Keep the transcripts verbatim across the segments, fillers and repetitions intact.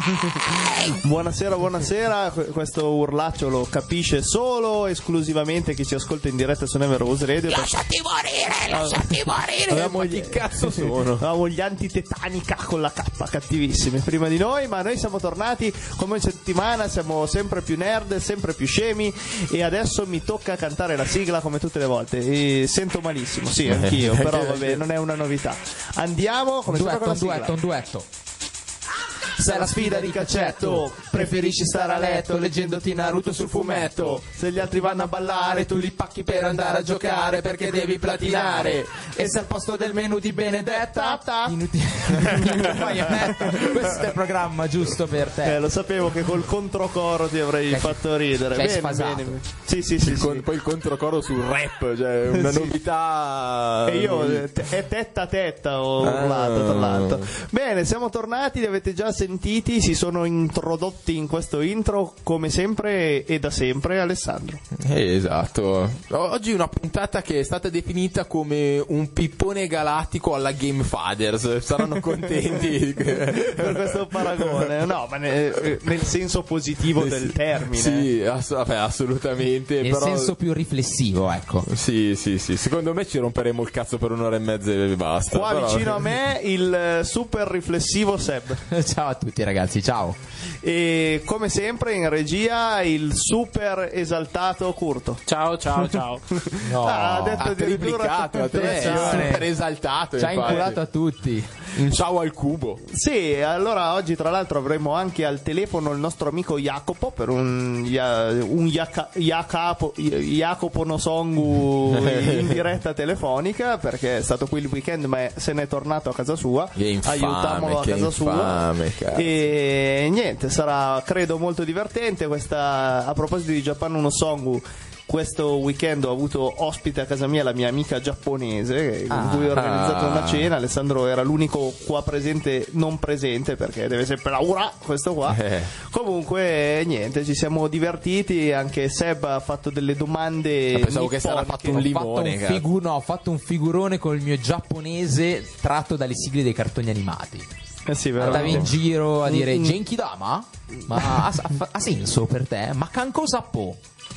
Buonasera, buonasera. Questo urlaccio lo capisce solo esclusivamente chi ci ascolta in diretta su Never Rose Radio. Lasciati morire, lasciati morire. Avevamo gli... Che cazzo sono? Avevamo gli antitetanica con la K, cattivissimi prima di noi, ma noi siamo tornati come ogni settimana, siamo sempre più nerd, sempre più scemi, e adesso mi tocca cantare la sigla come tutte le volte. E sento malissimo, sì, anch'io, però vabbè, non è una novità. Andiamo come Un sempre duetto, con un la duetto, sigla. un duetto. Se la sfida di calcetto, preferisci stare a letto leggendoti Naruto sul fumetto. Se gli altri vanno a ballare, tu li pacchi per andare a giocare perché devi platinare. E se al posto del menù di Benedetta, Inutile. Questo è il programma giusto per te. eh, lo sapevo che col controcoro ti avrei Cioè, fatto ridere. cioè, Bene, sfasato. bene. Sì, sì, sì. Il con- sì. Poi il controcoro sul rap, cioè una Sì. novità. E io eh, te- è tetta a tetta ho urlato, tra l'altro. Bene, siamo tornati, li avete già sentiti, si sono introdotti in questo intro come sempre e da sempre Alessandro. Eh, esatto. Oggi una puntata che è stata definita come un pippone galattico alla Game Fathers. Saranno contenti Per questo paragone, no, ma ne- nel senso positivo del termine. Sì, ass- vabbè, assolutamente. Nel però... senso più riflessivo, ecco. Sì, sì, sì. Secondo me ci romperemo il cazzo per un'ora e mezza e basta. Qua però... vicino a me il eh, super riflessivo Seb. Ciao a tutti ragazzi, ciao. E come sempre in regia il super esaltato Curto. Ciao, ciao, ciao. No. Ah, ha detto Ha triplicato, ha Attenzione. super esaltato. Ci ha infatti. inculato a tutti. Un ciao al cubo. Sì, allora oggi tra l'altro avremo anche al telefono il nostro amico Jacopo per un, ia- un Yaka- Yakapo- Jacopo Nosongu in diretta telefonica, perché è stato qui il weekend ma è- se n'è tornato a casa sua. Che infame, Aiutiamolo a che casa infame, sua. cazzo. E niente, sarà credo molto divertente questa. A proposito di Japan Nosongu, questo weekend ho avuto ospite a casa mia la mia amica giapponese con Ah. cui ho organizzato una cena. Alessandro era l'unico qua presente non presente perché deve sempre lavorare questo qua. Eh. Comunque niente, ci siamo divertiti, anche Seb ha fatto delle domande. Ah, pensavo che sarà nipponiche. fatto un Ho limone, fatto un, cazzo. figu- no, ho fatto un figurone con il mio giapponese tratto dalle sigle dei cartoni animati. Eh sì, Andavi in veramente. giro a dire Mm. Genkidama? Ma ha, ha- ha senso per te? Ma Kanko Sappo?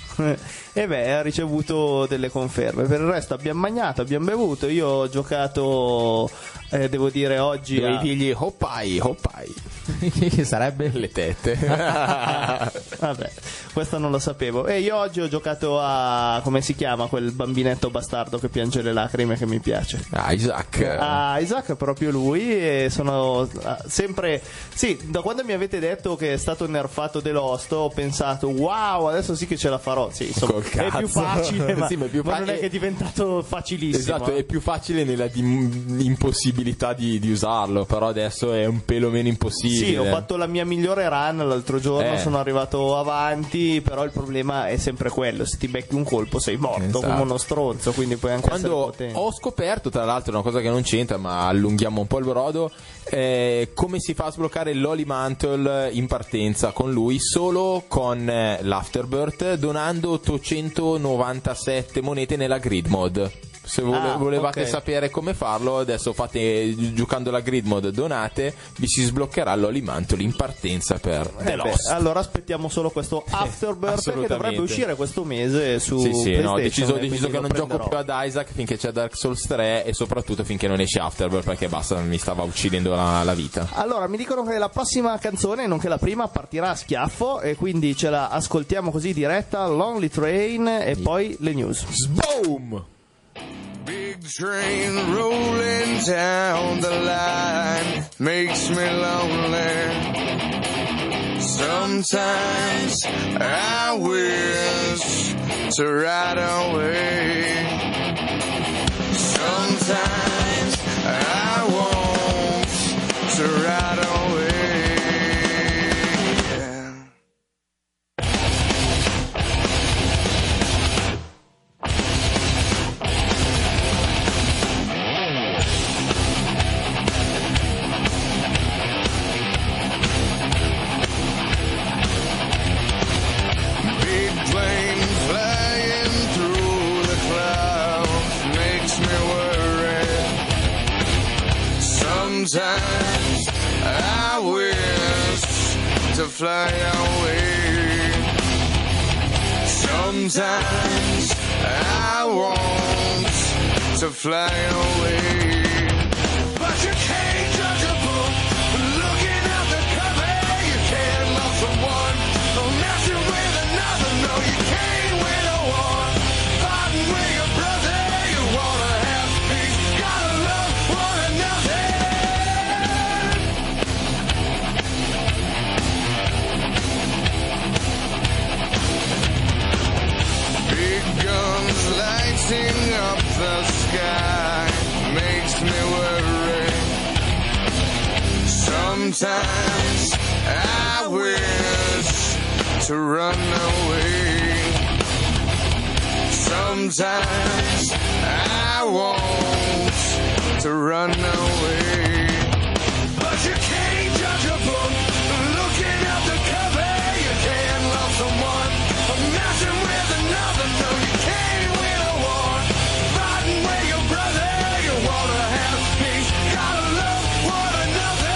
E beh, ha ricevuto delle conferme. Per il resto abbiamo mangiato, abbiamo bevuto. Io ho giocato, eh, devo dire, oggi Dovevi a... dirgli hoppai, hoppai. Che sarebbe? Le tette. Vabbè, questo non lo sapevo. E io oggi ho giocato a... come si chiama quel bambinetto bastardo che piange le lacrime che mi piace? Ah, Isaac. A Isaac, proprio lui. E sono ah, sempre... Sì, da quando mi avete detto che è stato nerfato The Lost ho pensato wow, adesso sì che ce la farò. Sì, insomma, Col è più cazzo. facile, ma, Sì, ma è più ma fa- non è che è diventato facilissimo. Esatto, eh. è più facile nella dim- impossibilità di, di usarlo, però adesso è un pelo meno impossibile. Sì, ho fatto la mia migliore run l'altro giorno, Eh. sono arrivato avanti, però il problema è sempre quello, se ti becchi un colpo sei morto Esatto. come uno stronzo, quindi puoi anche essere Quando potente. ho scoperto, tra l'altro, una cosa che non c'entra, ma allunghiamo un po' il brodo, eh, come si fa a sbloccare l'Holy Mantle in partenza con lui solo con eh, l'Afterbirth, donando ottocentonovantasette monete nella grid mod. Se vole- Ah, volevate ok. sapere come farlo, adesso fate, giocando la grid mod, donate, vi si sbloccherà l'Holy Mantle in partenza per The Eh beh, Lost. allora aspettiamo solo questo Afterbirth che assolutamente. dovrebbe uscire questo mese su Sì, sì, no, ho PlayStation, deciso, e deciso quindi che lo non gioco prenderò. più ad Isaac finché c'è Dark Souls tre e soprattutto finché non esce Afterbirth, perché basta, mi stava uccidendo la, la vita. Allora, mi dicono che la prossima canzone, nonché la prima, partirà a schiaffo e quindi ce la ascoltiamo così diretta, Lonely Train e poi le news. Boom! Big train rolling down the line makes me lonely. Sometimes I wish to ride away. Sometimes I want to ride away. Big plane flying through the clouds makes me worry. Sometimes I wish to fly away. Sometimes I want to fly away, but you can't judge a book looking at the cover. You can't love someone or messing with another. No, you can't win a war fighting with your brother. You wanna have peace, gotta love one another. Big guns lighting up the sky makes me worry. Sometimes I wish to run away. Sometimes I want to run away. But you can't judge a book looking at the cover. You can't love someone or messing with another. No, you can't win a war fighting with your brother. You wanna have peace, gotta love one another.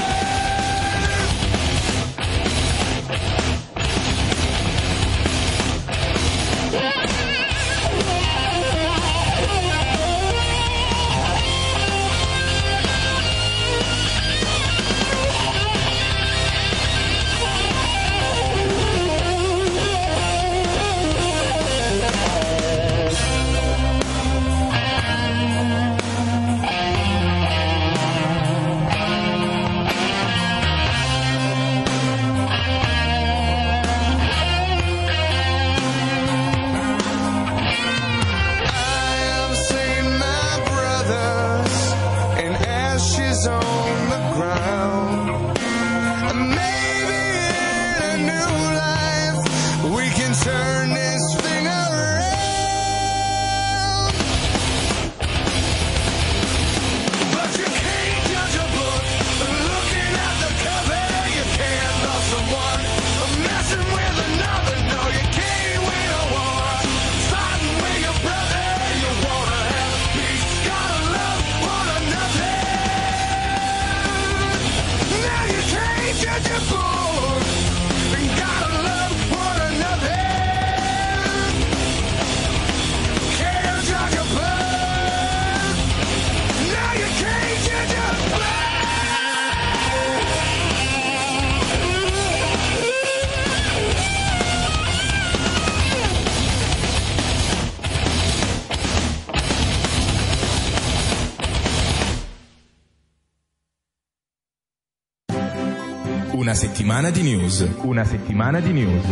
Una settimana di news. Una settimana di news.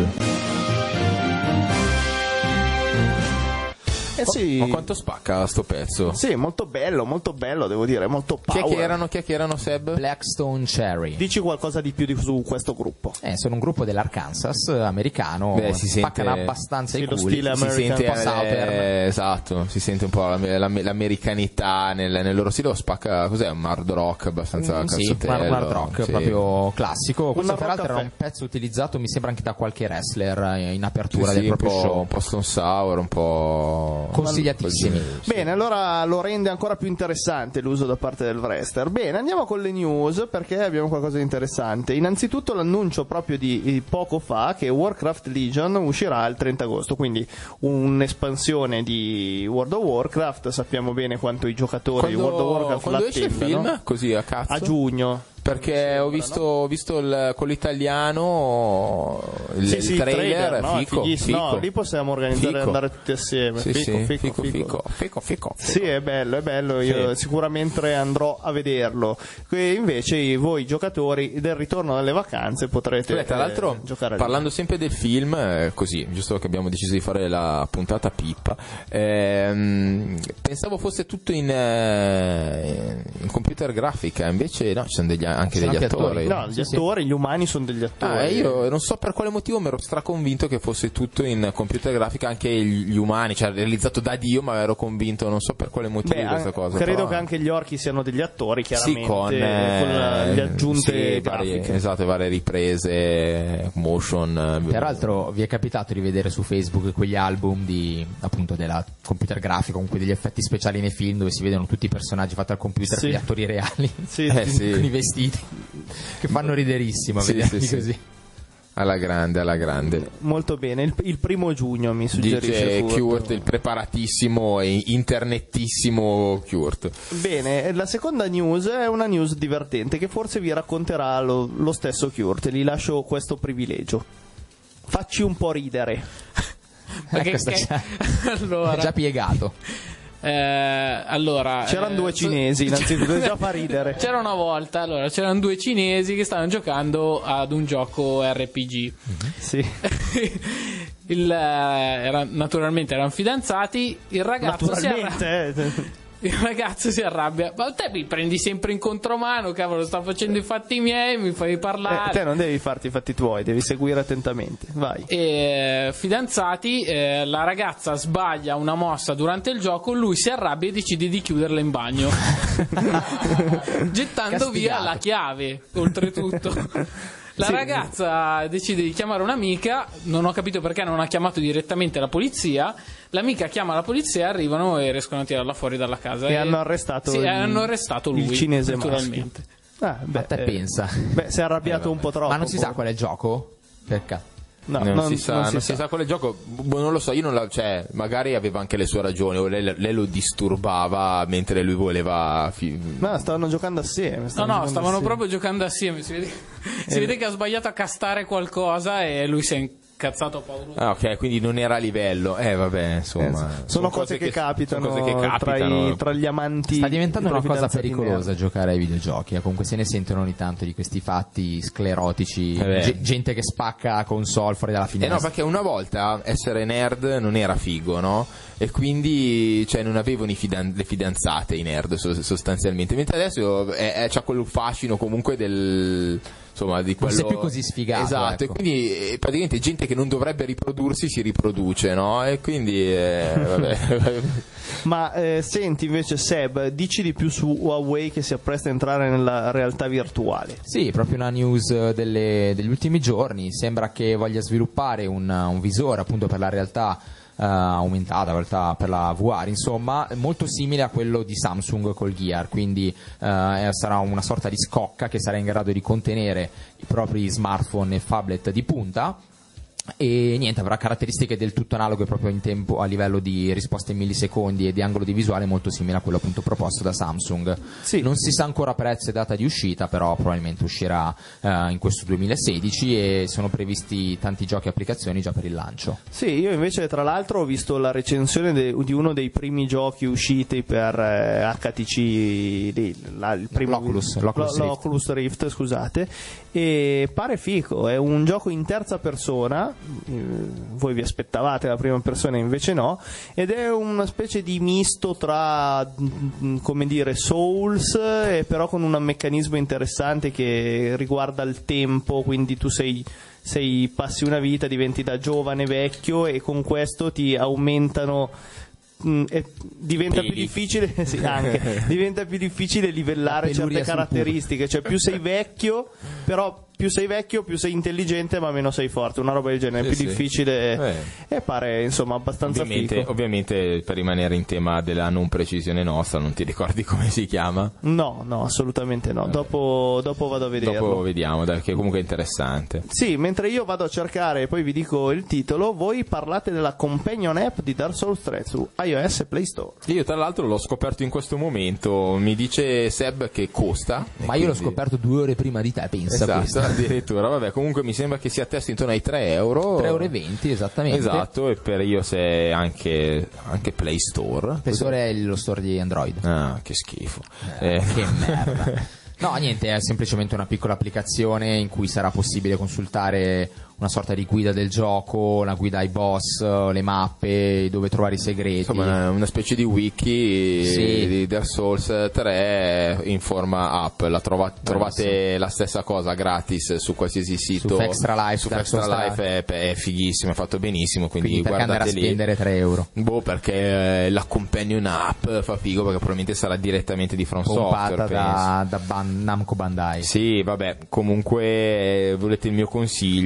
Eh sì. Ma quanto spacca sto pezzo? Sì, molto bello, molto bello, devo dire, molto Chi è power. che erano, chi è che erano Seb? Blackstone Cherry. Dici qualcosa di più di, su questo gruppo. Eh, sono un gruppo dell'Arkansas americano. Beh, si spaccano sente- abbastanza sì, i lo culi. stile Si American sente un po' Southern. eh, esatto, si sente un po' la- la- l'americanità nel, nel loro stile. Lo spacca, cos'è? Un hard rock abbastanza Mm, sì, un cazzotello. hard- un hard rock sì. proprio classico. Questo hard tra l'altro rock era caffè. un pezzo utilizzato, mi sembra, anche da qualche wrestler eh, in Sì, apertura sì, del un proprio po', show. un po' Stone Sour, un po' Consigliatissimi. Bene, allora lo rende ancora più interessante l'uso da parte del wrestler. Bene, andiamo con le news perché abbiamo qualcosa di interessante. Innanzitutto l'annuncio proprio di, di poco fa che Warcraft Legion uscirà il trenta agosto, quindi un'espansione di World of Warcraft. Sappiamo bene quanto i giocatori di World of Quando, Warcraft quando esce il l'attendono. film? Così a cazzo? A giugno. Perché ho visto, ho visto il, quello italiano, il, Sì, il sì, trailer, no, fico, fighissimo. fico. No, lì possiamo organizzare e Fico. andare tutti assieme. Sì, fico, sì, fico, fico, fico, fico, fico. Sì, è bello, è bello, io Sì. sicuramente andrò a vederlo. E invece voi giocatori del ritorno dalle vacanze potrete Beh, tra l'altro, eh, giocare lì. parlando sempre del film, eh, così, giusto che abbiamo deciso di fare la puntata pippa, ehm, pensavo fosse tutto in, eh, in computer grafica, invece no, ci sono degli, anche Ci sono degli anche attori. No, gli Sì, sì. attori, gli umani sono degli attori. Ah, e io non so per quale motivo mi ero straconvinto che fosse tutto in computer grafica, anche gli umani, cioè realizzato da Dio, ma ero convinto, non so per quale motivo Beh, di questa an- cosa. credo però- che anche gli orchi siano degli attori, chiaramente, sì, con, eh, con la- le aggiunte sì, varie, grafiche. esatto, varie riprese, motion. eh, Peraltro vi è capitato di vedere su Facebook quegli album di appunto della computer grafica, comunque degli effetti speciali nei film dove si vedono tutti i personaggi fatti al computer Sì. con gli attori reali Sì, Eh, sì. sì. con i vestiti che fanno riderissimo a Sì, vederli sì, sì. così. Alla grande, alla grande. Molto bene, il, il primo giugno mi suggerisce Dice Kurt. Kurt, il preparatissimo e internetissimo Kurt. Bene, la seconda news è una news divertente che forse vi racconterà lo, lo stesso Kurt. Gli lascio questo privilegio. Facci un po' ridere. Ecco, sta che- già, allora, è già piegato. eh, allora C'erano eh, due cinesi, innanzitutto, già fa ridere. C'era una volta, allora, c'erano due cinesi che stavano giocando ad un gioco R P G. Sì. Il, eh, era- naturalmente erano fidanzati. Il ragazzo si arrabbia. Naturalmente, eh. Il ragazzo si arrabbia. Ma te mi prendi sempre in contromano, cavolo, sto facendo i fatti miei, mi fai parlare. Eh, te non devi farti i fatti tuoi, devi seguire attentamente. Vai. E, fidanzati, eh, la ragazza sbaglia una mossa durante il gioco, lui si arrabbia e decide di chiuderla in bagno, gettando via Castigato. la chiave, oltretutto. La Sì. ragazza decide di chiamare un'amica, non ho capito perché non ha chiamato direttamente la polizia. L'amica chiama la polizia, arrivano e riescono a tirarla fuori dalla casa. E hanno arrestato sì, il- hanno arrestato lui, il cinese naturalmente. Ah, beh, A te eh, pensa. Beh, si è arrabbiato un po' troppo. Ma non si sa poi. qual è il gioco? Perché? No, non, si sa, non si sa qual è il gioco. Boh, non lo so, io non la, cioè, magari aveva anche le sue ragioni, o lei, lei lo disturbava mentre lui voleva. Fi- Ma stavano giocando assieme. No, stavano no, giocando stavano assieme. proprio giocando assieme. Si vede, si Eh. vede che ha sbagliato a castare qualcosa e lui si è incazzato a paura. Ah, ok, quindi non era a livello. Eh, vabbè, insomma. Eh, sono cose che, capitano, sono cose che tra, capitano. i, tra gli amanti. Sta diventando tra una i cosa fidanzati pericolosa nerd. giocare ai videogiochi. eh. Comunque se ne sentono ogni tanto di questi fatti sclerotici. Eh beh. ge- gente che spacca console fuori dalla Eh finestra. no, perché una volta essere nerd non era figo, no? E quindi, cioè, non avevano i fidan- le fidanzate i nerd so- sostanzialmente. Mentre adesso è, è, c'ha quel fascino comunque del. Insomma, di Non quello. sei più così sfigato, Esatto, ecco. e quindi eh, praticamente gente che non dovrebbe riprodursi si riproduce, no? E quindi. Eh, vabbè. Ma eh, senti invece Seb, dici di più su Huawei che si appresta a entrare nella realtà virtuale. Sì, proprio una news delle- degli ultimi giorni. Sembra che voglia sviluppare un, un visore appunto per la realtà eh, aumentata, realtà per la V R, insomma, molto simile a quello di Samsung col Gear. Quindi eh, sarà una sorta di scocca che sarà in grado di contenere i propri smartphone e phablet di punta. E niente, avrà caratteristiche del tutto analoghe proprio in tempo a livello di risposta in millisecondi e di angolo di visuale molto simile a quello appunto proposto da Samsung. Sì. Non si sa ancora prezzo e data di uscita, però probabilmente uscirà eh, in questo duemilasedici e sono previsti tanti giochi e applicazioni già per il lancio. Sì, io invece tra l'altro ho visto la recensione de- di uno dei primi giochi usciti per eh, H T C, lì, la- il primo L'Oculus, Lo- l'Oculus Rift. l'Oculus Rift, scusate, e pare fico, è un gioco in terza persona, eh, voi vi aspettavate la prima persona invece no, ed è una specie di misto tra mm, come dire Souls e però con un meccanismo interessante che riguarda il tempo, quindi tu sei sei passi una vita, diventi da giovane vecchio e con questo ti aumentano mh, e diventa più Peli. difficile sì, anche diventa più difficile livellare La peluria certe sul caratteristiche, cioè più sei vecchio, però più sei vecchio più sei intelligente ma meno sei forte, una roba del genere, è Sì, più sì. difficile Eh. e pare insomma abbastanza Ovviamente, figo. ovviamente, per rimanere in tema della non precisione nostra, non ti ricordi come si chiama? No, no, assolutamente no, dopo, dopo vado a vederlo. Dopo vediamo, dai, che comunque è interessante. Sì, mentre io vado a cercare e poi vi dico il titolo, voi parlate della companion app di Dark Souls tre su iOS e Play Store. Io tra l'altro l'ho scoperto in questo momento, mi dice Seb che costa. Ma e io l'ho quindi- scoperto due ore prima di te, pensa Esatto, questo. addirittura, vabbè, comunque mi sembra che sia a testa intorno ai tre euro. tre euro e venti esattamente. Esatto, e per iOS è anche, anche Play Store. Il store è lo store di Android. Ah, che schifo. Eh, Eh. Che merda. No, niente, è semplicemente una piccola applicazione in cui sarà possibile consultare una sorta di guida del gioco, la guida ai boss, le mappe, dove trovare i segreti. Insomma, una specie di wiki Sì. di Dark Souls tre in forma app. La trova- trovate la stessa cosa gratis su qualsiasi sito. Su Extra Life, Su Dark Extra Souls Life è, è fighissimo, è fatto benissimo. Quindi, Quindi perché andare a guardate lì. spendere tre euro? Boh, perché eh, la companion app fa figo perché probabilmente sarà direttamente di From Software. Pompata penso. da, da Ban- Namco Bandai. Sì, vabbè, comunque eh, volete il mio consiglio,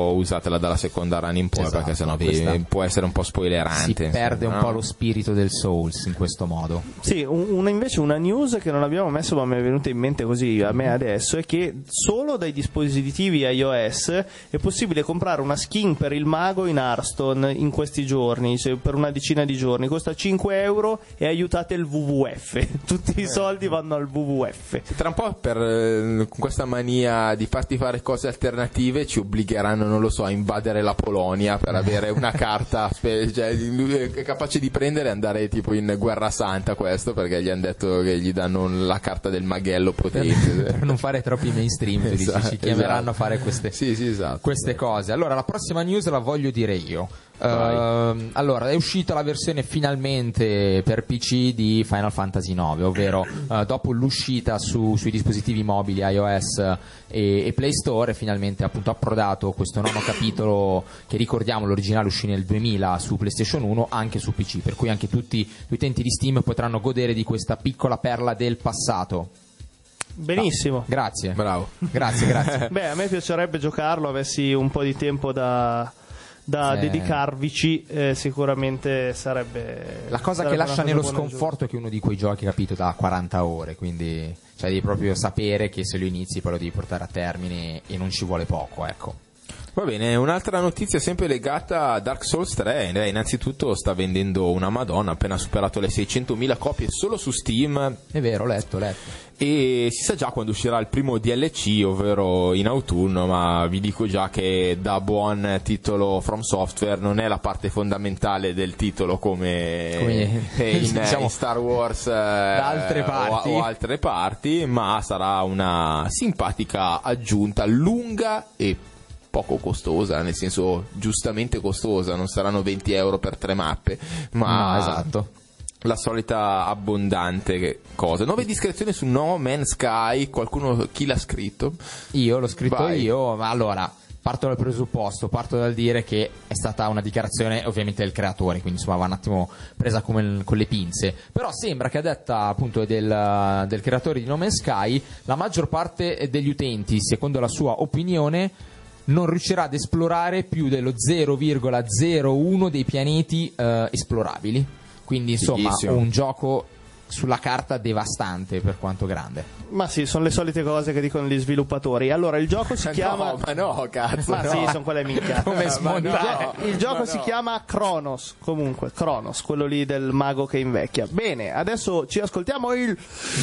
meglio usatela dalla seconda run in poi, Esatto, perché sennò vi- questa- può essere un po' spoilerante. Si perde un no? po' lo spirito del Souls in questo modo. Sì, un- una invece una news che non abbiamo messo ma mi è venuta in mente così a me adesso è che solo dai dispositivi iOS è possibile comprare una skin per il mago in Hearthstone in questi giorni, se- per una decina di giorni, costa cinque euro e aiutate il W W F, tutti i soldi vanno al W W F. Tra un po' per eh, con questa mania di farti fare cose alternative ci obbligheranno, non lo so, a invadere la Polonia per avere una carta spe- cioè, lui è capace di prendere e andare tipo in guerra santa, questo perché gli hanno detto che gli danno la carta del maghello potente. Per non fare troppi mainstream, tu dici, Esatto, ci chiameranno esatto. a fare queste, Sì, sì, esatto. queste cose. Allora, la prossima news la voglio dire io. Vai. Ehm, allora, è uscita la versione finalmente per P C di Final Fantasy nove, ovvero eh, dopo l'uscita su- sui dispositivi mobili iOS e, e Play Store, è finalmente appunto approdato questo nono capitolo che, ricordiamo, l'originale uscì nel duemila su PlayStation uno, anche su P C, per cui anche tutti gli utenti di Steam potranno godere di questa piccola perla del passato. Benissimo. Grazie. Bravo. Grazie, grazie. Beh, a me piacerebbe giocarlo, avessi un po' di tempo da, da Eh. dedicarvici, eh, sicuramente sarebbe La cosa sarebbe che una lascia cosa nello buona e giusta. sconforto è che uno di quei giochi, capito, da quaranta ore, quindi cioè devi proprio sapere che se lo inizi poi lo devi portare a termine e non ci vuole poco, ecco. Va bene, un'altra notizia sempre legata a Dark Souls tre. Eh, innanzitutto sta vendendo una madonna, ha appena superato le seicentomila copie solo su Steam, È vero, ho letto, ho letto. e si sa già quando uscirà il primo D L C, ovvero in autunno, ma vi dico già che da buon titolo From Software non è la parte fondamentale del titolo come, Come, in, diciamo, in Star Wars eh, da altre o- parti. o altre parti, ma sarà una simpatica aggiunta lunga e poco costosa, nel senso giustamente costosa, non saranno venti euro per tre mappe, ma No, esatto. la solita abbondante cosa. Nuove discrezioni su No Man's Sky, qualcuno, chi l'ha scritto? Io l'ho scritto Vai. io, ma allora parto dal presupposto, parto dal dire che è stata una dichiarazione ovviamente del creatore, quindi insomma va un attimo presa come con le pinze, però sembra che a detta appunto del, del creatore di No Man's Sky la maggior parte degli utenti, secondo la sua opinione, non riuscirà ad esplorare più dello zero virgola zero uno dei pianeti eh, esplorabili, quindi insomma Fighissimo. un gioco sulla carta devastante per quanto grande. Ma sì, sono le solite cose che dicono gli sviluppatori. Allora, il gioco si chiama... No, ma no, cazzo. Ma no. sì, sono quelle minchiate. Come Il smontare. gio- Il gioco si chiama Kronos, comunque, Kronos, quello lì del mago che invecchia. Bene, adesso ci ascoltiamo il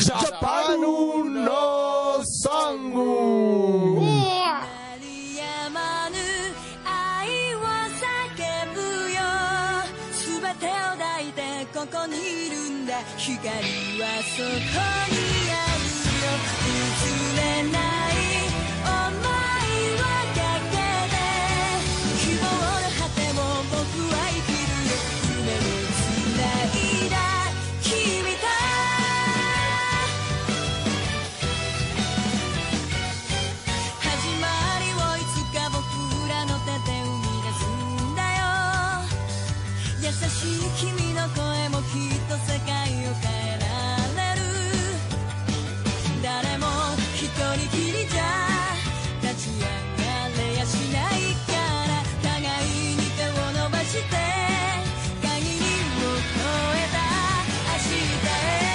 Japanu no Sangu. 鳴りやまぬ愛を叫ぶよすべてを抱いてここにいるんだ光はそこにあるよ譲れない想いはかけて希望の果ても僕は生きるよ夢をつないだ君と始まりをいつか僕らの手で生み出すんだよ優しい君の声もきっと世界を変えられる誰も一人きりじゃ立ち上がれやしないから互いに手を伸ばして限りを超えた明日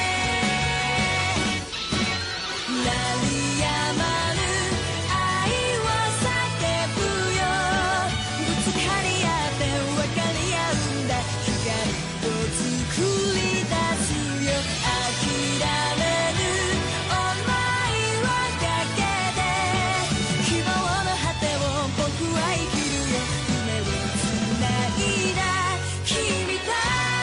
へ鳴りやまぬ愛を叫ぶよぶつかり合って分かり合うんだ光を作り出すよ諦めぬ想いをかけて希望の果てを僕は生きるよ夢をつないだ君と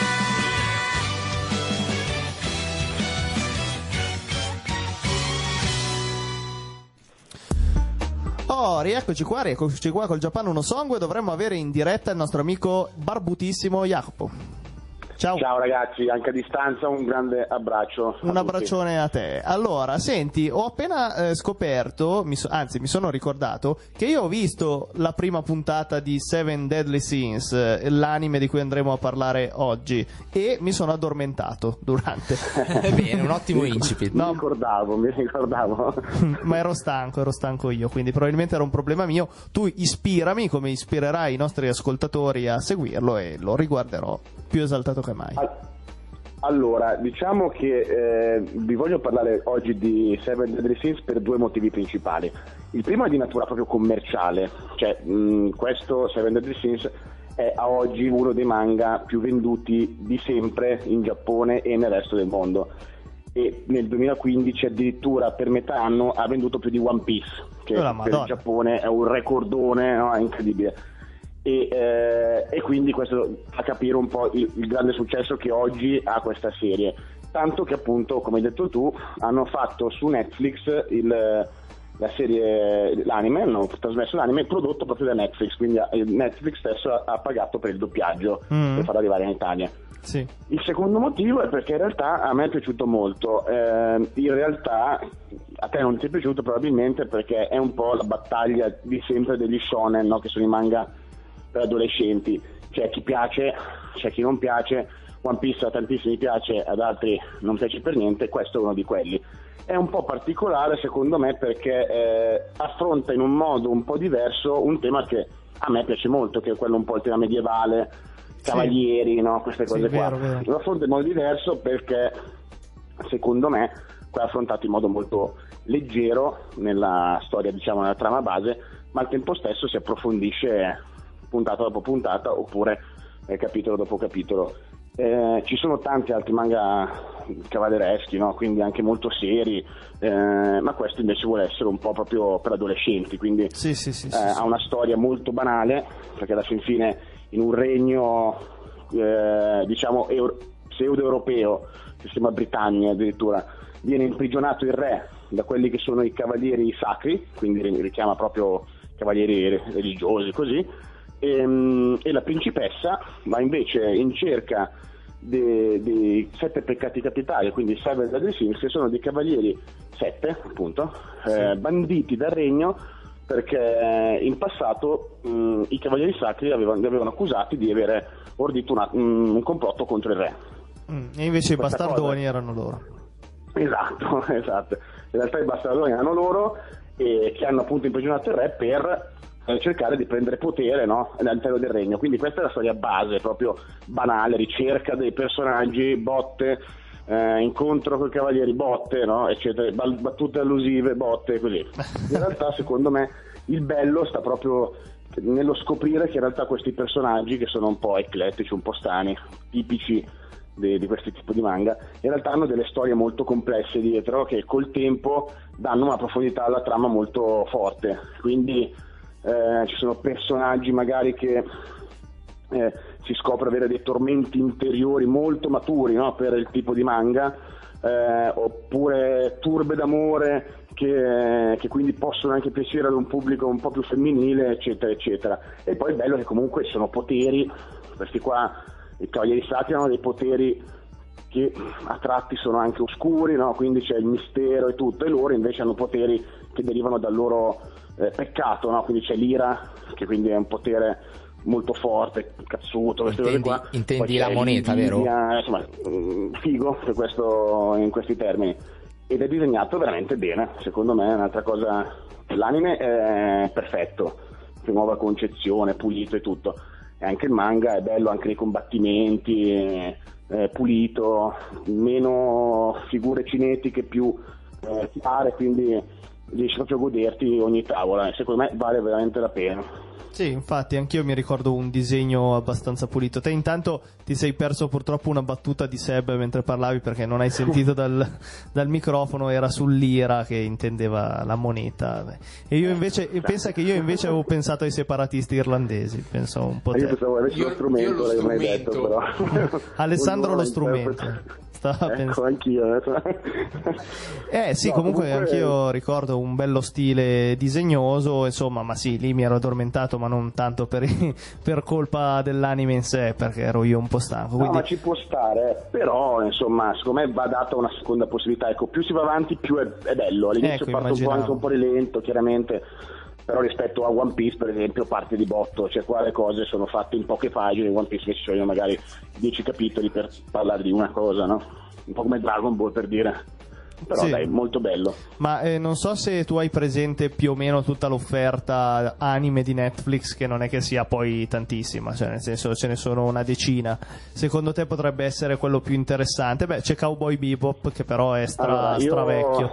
Oh, rieccoci qua, rieccoci qua col Japano no Sangu e dovremmo avere in diretta il nostro amico barbutissimo Jacopo. Ciao. Ciao ragazzi, anche a distanza un grande abbraccio. a Un tutti. abbraccione a te. Allora, senti, ho appena eh, scoperto, mi so- anzi mi sono ricordato, che io ho visto la prima puntata di Seven Deadly Sins, eh, l'anime di cui andremo a parlare oggi, e mi sono addormentato durante. Bene, un ottimo incipit. Mi ricordavo, mi ricordavo. Ma ero stanco, ero stanco io, quindi probabilmente era un problema mio. Tu ispirami come ispirerai i nostri ascoltatori a seguirlo e lo riguarderò più esaltato che mai. Al- Allora, diciamo che eh, vi voglio parlare oggi di Seven Deadly Sins per due motivi principali. Il primo è di natura proprio commerciale, cioè mh, questo Seven Deadly Sins è a oggi uno dei manga più venduti di sempre in Giappone e nel resto del mondo, e nel duemilaquindici addirittura per metà anno ha venduto più di One Piece, che Oh, la per Madonna. il Giappone è un recordone, no? È incredibile. E, eh, e quindi questo fa capire un po' il, il grande successo che oggi ha questa serie, tanto che appunto, come hai detto tu, hanno fatto su Netflix il, la serie, l'anime, hanno trasmesso l'anime prodotto proprio da Netflix, quindi eh, Netflix stesso ha, ha pagato per il doppiaggio Mm. per farlo arrivare in Italia. Sì. Il secondo motivo è perché in realtà a me è piaciuto molto. Eh, in realtà a te non ti è piaciuto probabilmente perché è un po' la battaglia di sempre degli shonen, no? Che sono i manga per adolescenti. C'è chi piace, c'è chi non piace. One Piece a tantissimi piace, ad altri non piace per niente. Questo è uno di quelli. È un po' particolare secondo me perché eh, affronta in un modo un po' diverso un tema che a me piace molto, che è quello un po' il tema medievale, cavalieri, no? Queste Sì, cose vero, qua. vero. Lo affronta in modo diverso perché secondo me è affrontato in modo molto leggero nella storia, diciamo nella trama base, ma al tempo stesso si approfondisce puntata dopo puntata oppure eh, capitolo dopo capitolo. Eh, ci sono tanti altri manga cavallereschi, no? Quindi anche molto seri, eh, ma questo invece vuole essere un po' proprio per adolescenti, quindi Sì, sì, sì, eh, sì, sì. ha una storia molto banale, perché alla fin fine in un regno eh, diciamo euro- pseudo-europeo, che si chiama Britannia addirittura, viene imprigionato il re da quelli che sono i cavalieri sacri, quindi ri- richiama proprio cavalieri re- religiosi così, e, e la principessa va invece in cerca dei, dei sette peccati capitali, quindi Seven Deadly Sins, che sono dei cavalieri sette appunto, eh, banditi dal regno perché in passato mh, i cavalieri sacri avevano, li avevano accusati di avere ordito una- mh, un complotto contro il re. Mm, e invece i Questa bastardoni cosa- erano loro. Esatto, esatto. In realtà i bastardoni erano loro, e che hanno appunto imprigionato il re per eh, cercare di prendere potere, no? All'interno del regno. Quindi questa è la storia base, proprio banale, ricerca dei personaggi, botte, eh, incontro con i cavalieri, botte, no? Eccetera, bal- battute allusive, botte, così. In realtà secondo me il bello sta proprio nello scoprire che in realtà questi personaggi, che sono un po' eclettici, un po' strani, tipici di, di questi tipi di manga, in realtà hanno delle storie molto complesse dietro che col tempo danno una profondità alla trama molto forte. Quindi eh, ci sono personaggi magari che eh, si scopre avere dei tormenti interiori molto maturi, no? Per il tipo di manga, eh, oppure turbe d'amore che, che quindi possono anche piacere ad un pubblico un po' più femminile, eccetera eccetera. E poi è bello che comunque ci sono poteri, questi qua i cavalieri sacri hanno dei poteri che a tratti sono anche oscuri, no? Quindi c'è il mistero e tutto, e loro invece hanno poteri che derivano dal loro eh, peccato, no? Quindi c'è l'ira, che quindi è un potere molto forte, cazzuto, queste cose Intendi, qua. intendi Poi la c'è moneta, vero? l'invidia, insomma, mm, figo per questo, in questi termini. Ed è disegnato veramente bene, secondo me è un'altra cosa. L'anime è perfetto, che nuova concezione, pulito e tutto. E anche il manga è bello, anche nei combattimenti, è pulito, meno figure cinetiche, più eh, chiare, quindi riesci proprio a goderti ogni tavola, e secondo me vale veramente la pena. Sì, infatti anch'io mi ricordo un disegno abbastanza pulito. Te intanto ti sei perso purtroppo una battuta di Seb mentre parlavi, perché non hai sentito dal, dal microfono, era sull'ira, che intendeva la moneta. E io invece, e pensa che io invece avevo pensato ai separatisti irlandesi, penso un po' Io te. pensavo avessi Io- lo strumento, io lo l'avevo mai detto, strumento. però. Alessandro Ognuno lo strumento. interpreta. Stava Ecco, pensando. anch'io. eh. Eh sì, No, comunque, comunque- anch'io ricordo un bello stile disegnoso, insomma, ma sì, lì mi ero addormentato, ma non tanto per, per colpa dell'anime in sé, perché ero io un po' stanco. No, Quindi... ma ci può stare, però insomma, secondo me va data una seconda possibilità. Ecco, più si va avanti, più è, è bello. All'inizio Ecco, parte un po' immaginavo. anche un po' rilento, chiaramente, però rispetto a One Piece, per esempio, parte di botto. Cioè, qua le cose sono fatte in poche pagine, in One Piece che ci sono magari dieci capitoli per parlare di una cosa, no? Un po' come Dragon Ball, per dire. Però Sì. dai, molto bello. Ma eh, non so se tu hai presente più o meno tutta l'offerta anime di Netflix, che non è che sia poi tantissima, cioè nel senso ce ne sono una decina. Secondo te potrebbe essere quello più interessante? Beh, c'è Cowboy Bebop, che però è stra, Allora, io- stra vecchio.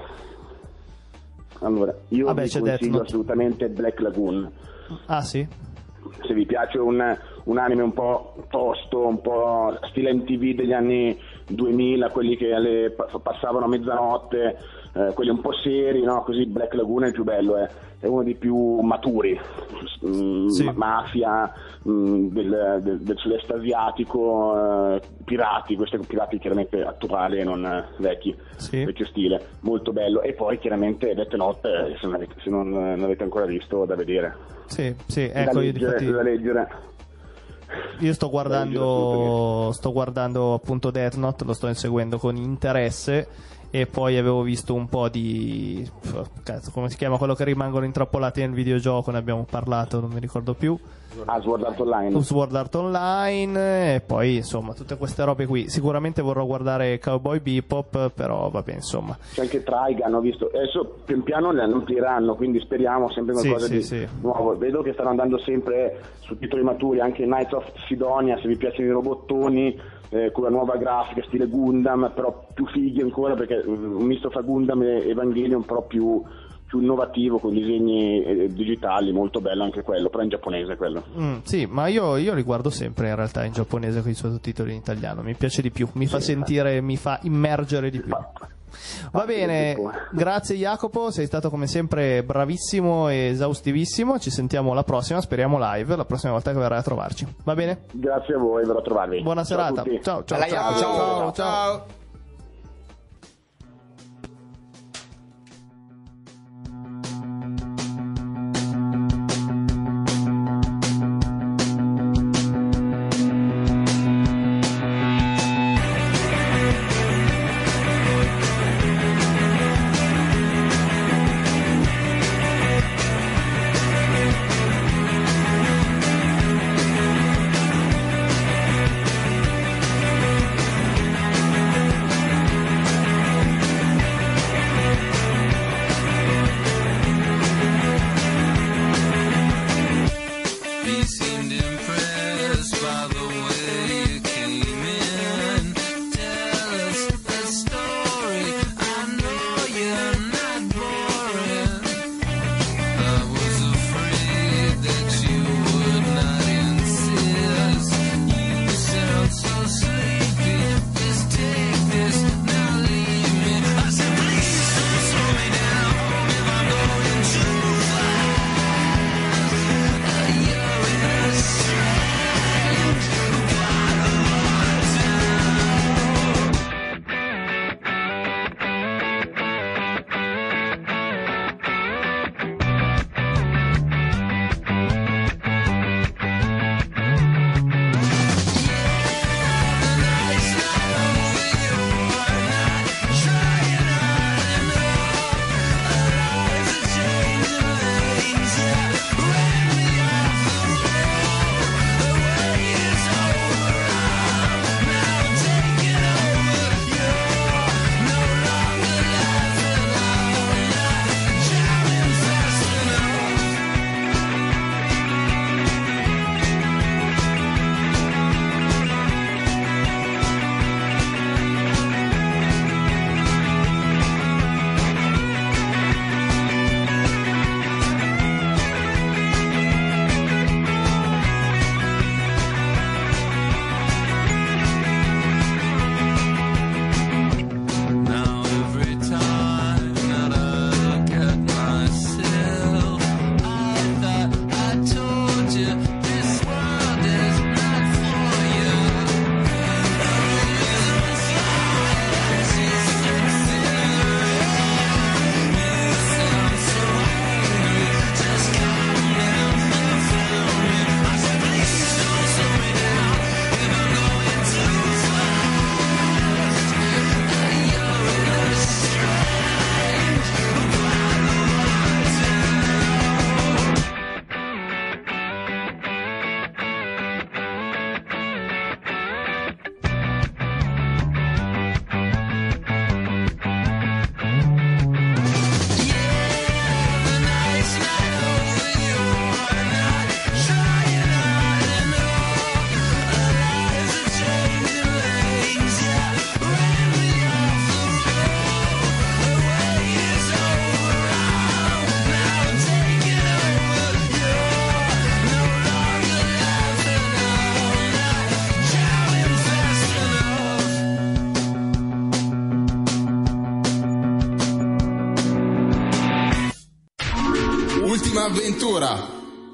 Allora, io Vabbè, vi c'è Death consiglio Note. assolutamente Black Lagoon. Ah sì? Se vi piace un, un anime un po' tosto, un po' stile M T V degli anni duemila, quelli che alle- pa- passavano a mezzanotte, eh, quelli un po' seri, no? Così Black Lagoon è il più bello, è, è uno dei più maturi. Mm, Sì. ma- mafia, mm, del, del- del sud-est asiatico, eh, pirati, questi pirati chiaramente attuali e non eh, vecchi, Sì. vecchio stile, molto bello. E poi chiaramente Death Note, eh, se non avete, se non, non avete ancora visto, da vedere. Sì, sì, da ecco, io leggere, difatti... da leggere. Io sto guardando, assolutamente. sto guardando appunto Death Note, lo sto inseguendo con interesse, e poi avevo visto un po' di, cazzo, come si chiama quello che rimangono intrappolati nel videogioco, ne abbiamo parlato, non mi ricordo più, Ah, Sword Art Online. Sword Art Online, e poi insomma tutte queste robe qui. Sicuramente vorrò guardare Cowboy Bebop, però vabbè, insomma. C'è anche Trigun, ho visto. Adesso pian piano le amplieranno, quindi speriamo sempre Sì, qualcosa sì, di sì. nuovo. Vedo che stanno andando sempre su titoli maturi, anche Knights of Sidonia, se vi piacciono i robottoni, eh, con la nuova grafica stile Gundam, però più fighi ancora, perché mm, un misto fra Gundam e Evangelion, però più, più innovativo, con disegni eh, digitali, molto bello anche quello, però in giapponese quello. Mm, sì, ma io, io li guardo sempre in realtà in giapponese con i sottotitoli in italiano, mi piace di più, mi fa sentire, mi fa immergere di più. Va bene, grazie Jacopo, sei stato come sempre bravissimo e esaustivissimo, ci sentiamo la prossima, speriamo live, la prossima volta che verrai a trovarci. Va bene? Grazie a voi, verrò a trovarvi. Buona Ciao a serata. tutti. Ciao, ciao, Bella ciao, Jacopo, ciao, ciao. ciao. L'ultima avventura.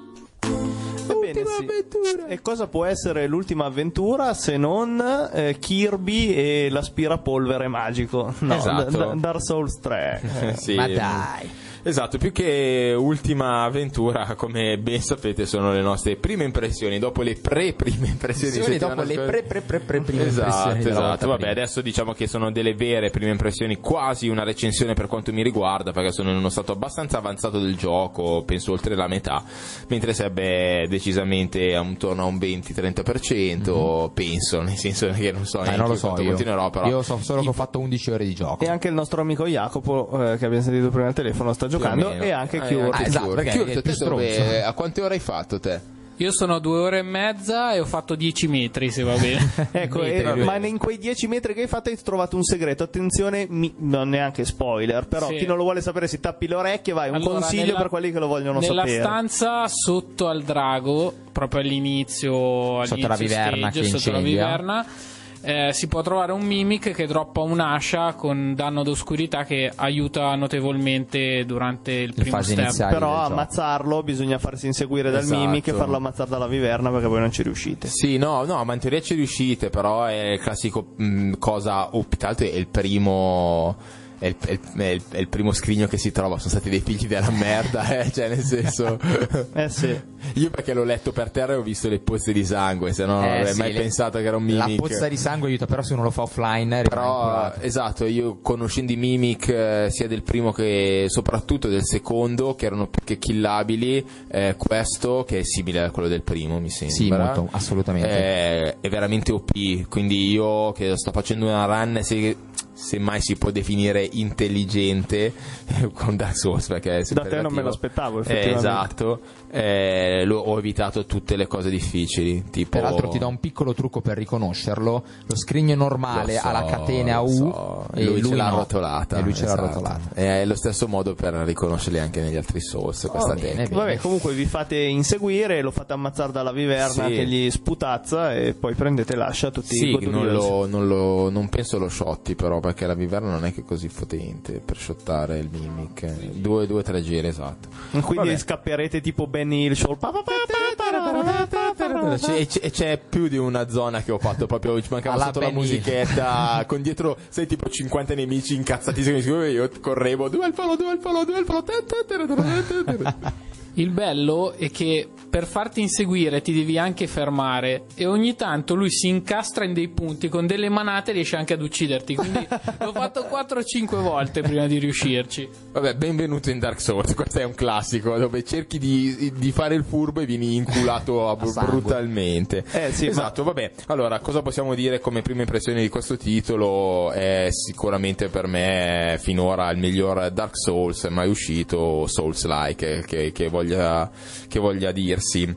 Ebbene sì. E cosa può essere l'ultima avventura se non eh, Kirby e l'aspirapolvere magico? No, Esatto. D- D- Dark Souls tre. Eh, Sì. Ma dai. Esatto, più che ultima avventura, come ben sapete, sono le nostre prime impressioni dopo le pre-prime impressioni. Sì, settimana dopo le scorsa. pre pre pre pre prime Esatto, impressioni della esatto. volta Vabbè, prima. adesso diciamo che sono delle vere prime impressioni, quasi una recensione per quanto mi riguarda, perché sono in uno stato abbastanza avanzato del gioco, penso oltre la metà, mentre sarebbe decisamente intorno a un venti-trenta per cento, penso, nel senso che non so Eh, neanche non lo so quanto io. continuerò, però Io so solo che ho fatto undici ore di gioco. E anche il nostro amico Jacopo, eh, che abbiamo sentito prima al telefono, sta più o giocando, meno. e anche Eh, Cure. anche Ah, esatto, Cure. perché Cure, è il te più dove- stronzo. a quante ore hai fatto te? Io sono a due ore e mezza e ho fatto dieci metri, se va bene. Ecco, Metri, e- vabbè. ma in quei dieci metri che hai fatto hai trovato un segreto. Attenzione, mi- non neanche spoiler, però Sì. chi non lo vuole sapere si tappi le orecchie, vai, un Allora, consiglio nella- per quelli che lo vogliono Nella sapere. stanza sotto al drago, proprio all'inizio, Sotto all'inizio la viverna stage, che sotto la incendia. viverna, eh, si può trovare un mimic che droppa un'ascia con danno d'oscurità che aiuta notevolmente durante il primo fase step. iniziale. Però del gioco. ammazzarlo bisogna farsi inseguire dal Esatto. mimic e farlo ammazzare dalla viverna, perché voi non ci riuscite. Sì, no, no, ma in teoria ci riuscite, però è il classico mh, cosa, oh, più che altro è il primo... È il, è, il, è, il, è il primo scrigno che si trova, sono stati dei figli della merda, eh? Cioè nel senso... Eh sì. Io perché l'ho letto per terra e ho visto le pozze di sangue, se no non Eh, avrei sì, mai le- pensato che era un La mimic. pozza di sangue aiuta, però se uno lo fa offline rimane Però inculato. esatto, io conoscendo i mimic eh, sia del primo che soprattutto del secondo, che erano più che killabili, eh, questo che è simile a quello del primo, mi sembra. Sì, molto, assolutamente. È, è veramente O P, quindi io che sto facendo una run, se, se mai si può definire intelligente con Dark Souls, perché è sempre Da te non me relativo. lo aspettavo, Eh, effettivamente. esatto, eh, lo- ho evitato tutte le cose difficili, tipo... Peraltro ti do un piccolo trucco per riconoscerlo: lo scrigno normale Lo so, ha la catena a lo U so. e lui, ce l'ha no. arrotolata, e lui ce l'ha esatto. arrotolata. È lo stesso modo per riconoscerli anche negli altri Souls, questa bene, tecnica. bene. Vabbè, comunque vi fate inseguire, lo fate ammazzare dalla viverna Sì. che gli sputazza e poi prendete l'ascia tutti Sì, non, goduriosi. lo, non, lo, non penso lo shotti, però, perché la viverna non è che è così potente per shottare il mimic. Due, due, tre giri, esatto. Quindi Vabbè. scapperete tipo Benny Hill Show. Pa, pa, pa, pa, pa, pa, pa, pa, pa. C'è, e c'è, e c'è più di una zona che ho fatto proprio, ci mancava Alla sotto la Benny. musichetta con dietro, sai, tipo cinquanta nemici incazzatissimi, io correvo, dove è il palo, dove è il palo, dove è il palo, te, te, te, te, te, te, te. Il bello è che per farti inseguire ti devi anche fermare e ogni tanto lui si incastra in dei punti con delle manate e riesce anche ad ucciderti, quindi l'ho fatto quattro o cinque volte prima di riuscirci. Vabbè, benvenuto in Dark Souls, questo è un classico dove cerchi di, di fare il furbo e vieni inculato a- sangue. brutalmente. Eh, sì, esatto, vabbè. Allora, cosa possiamo dire come prima impressione di questo titolo? È sicuramente per me finora il miglior Dark Souls mai uscito, Souls-like, che, che voglia, che voglia dirsi.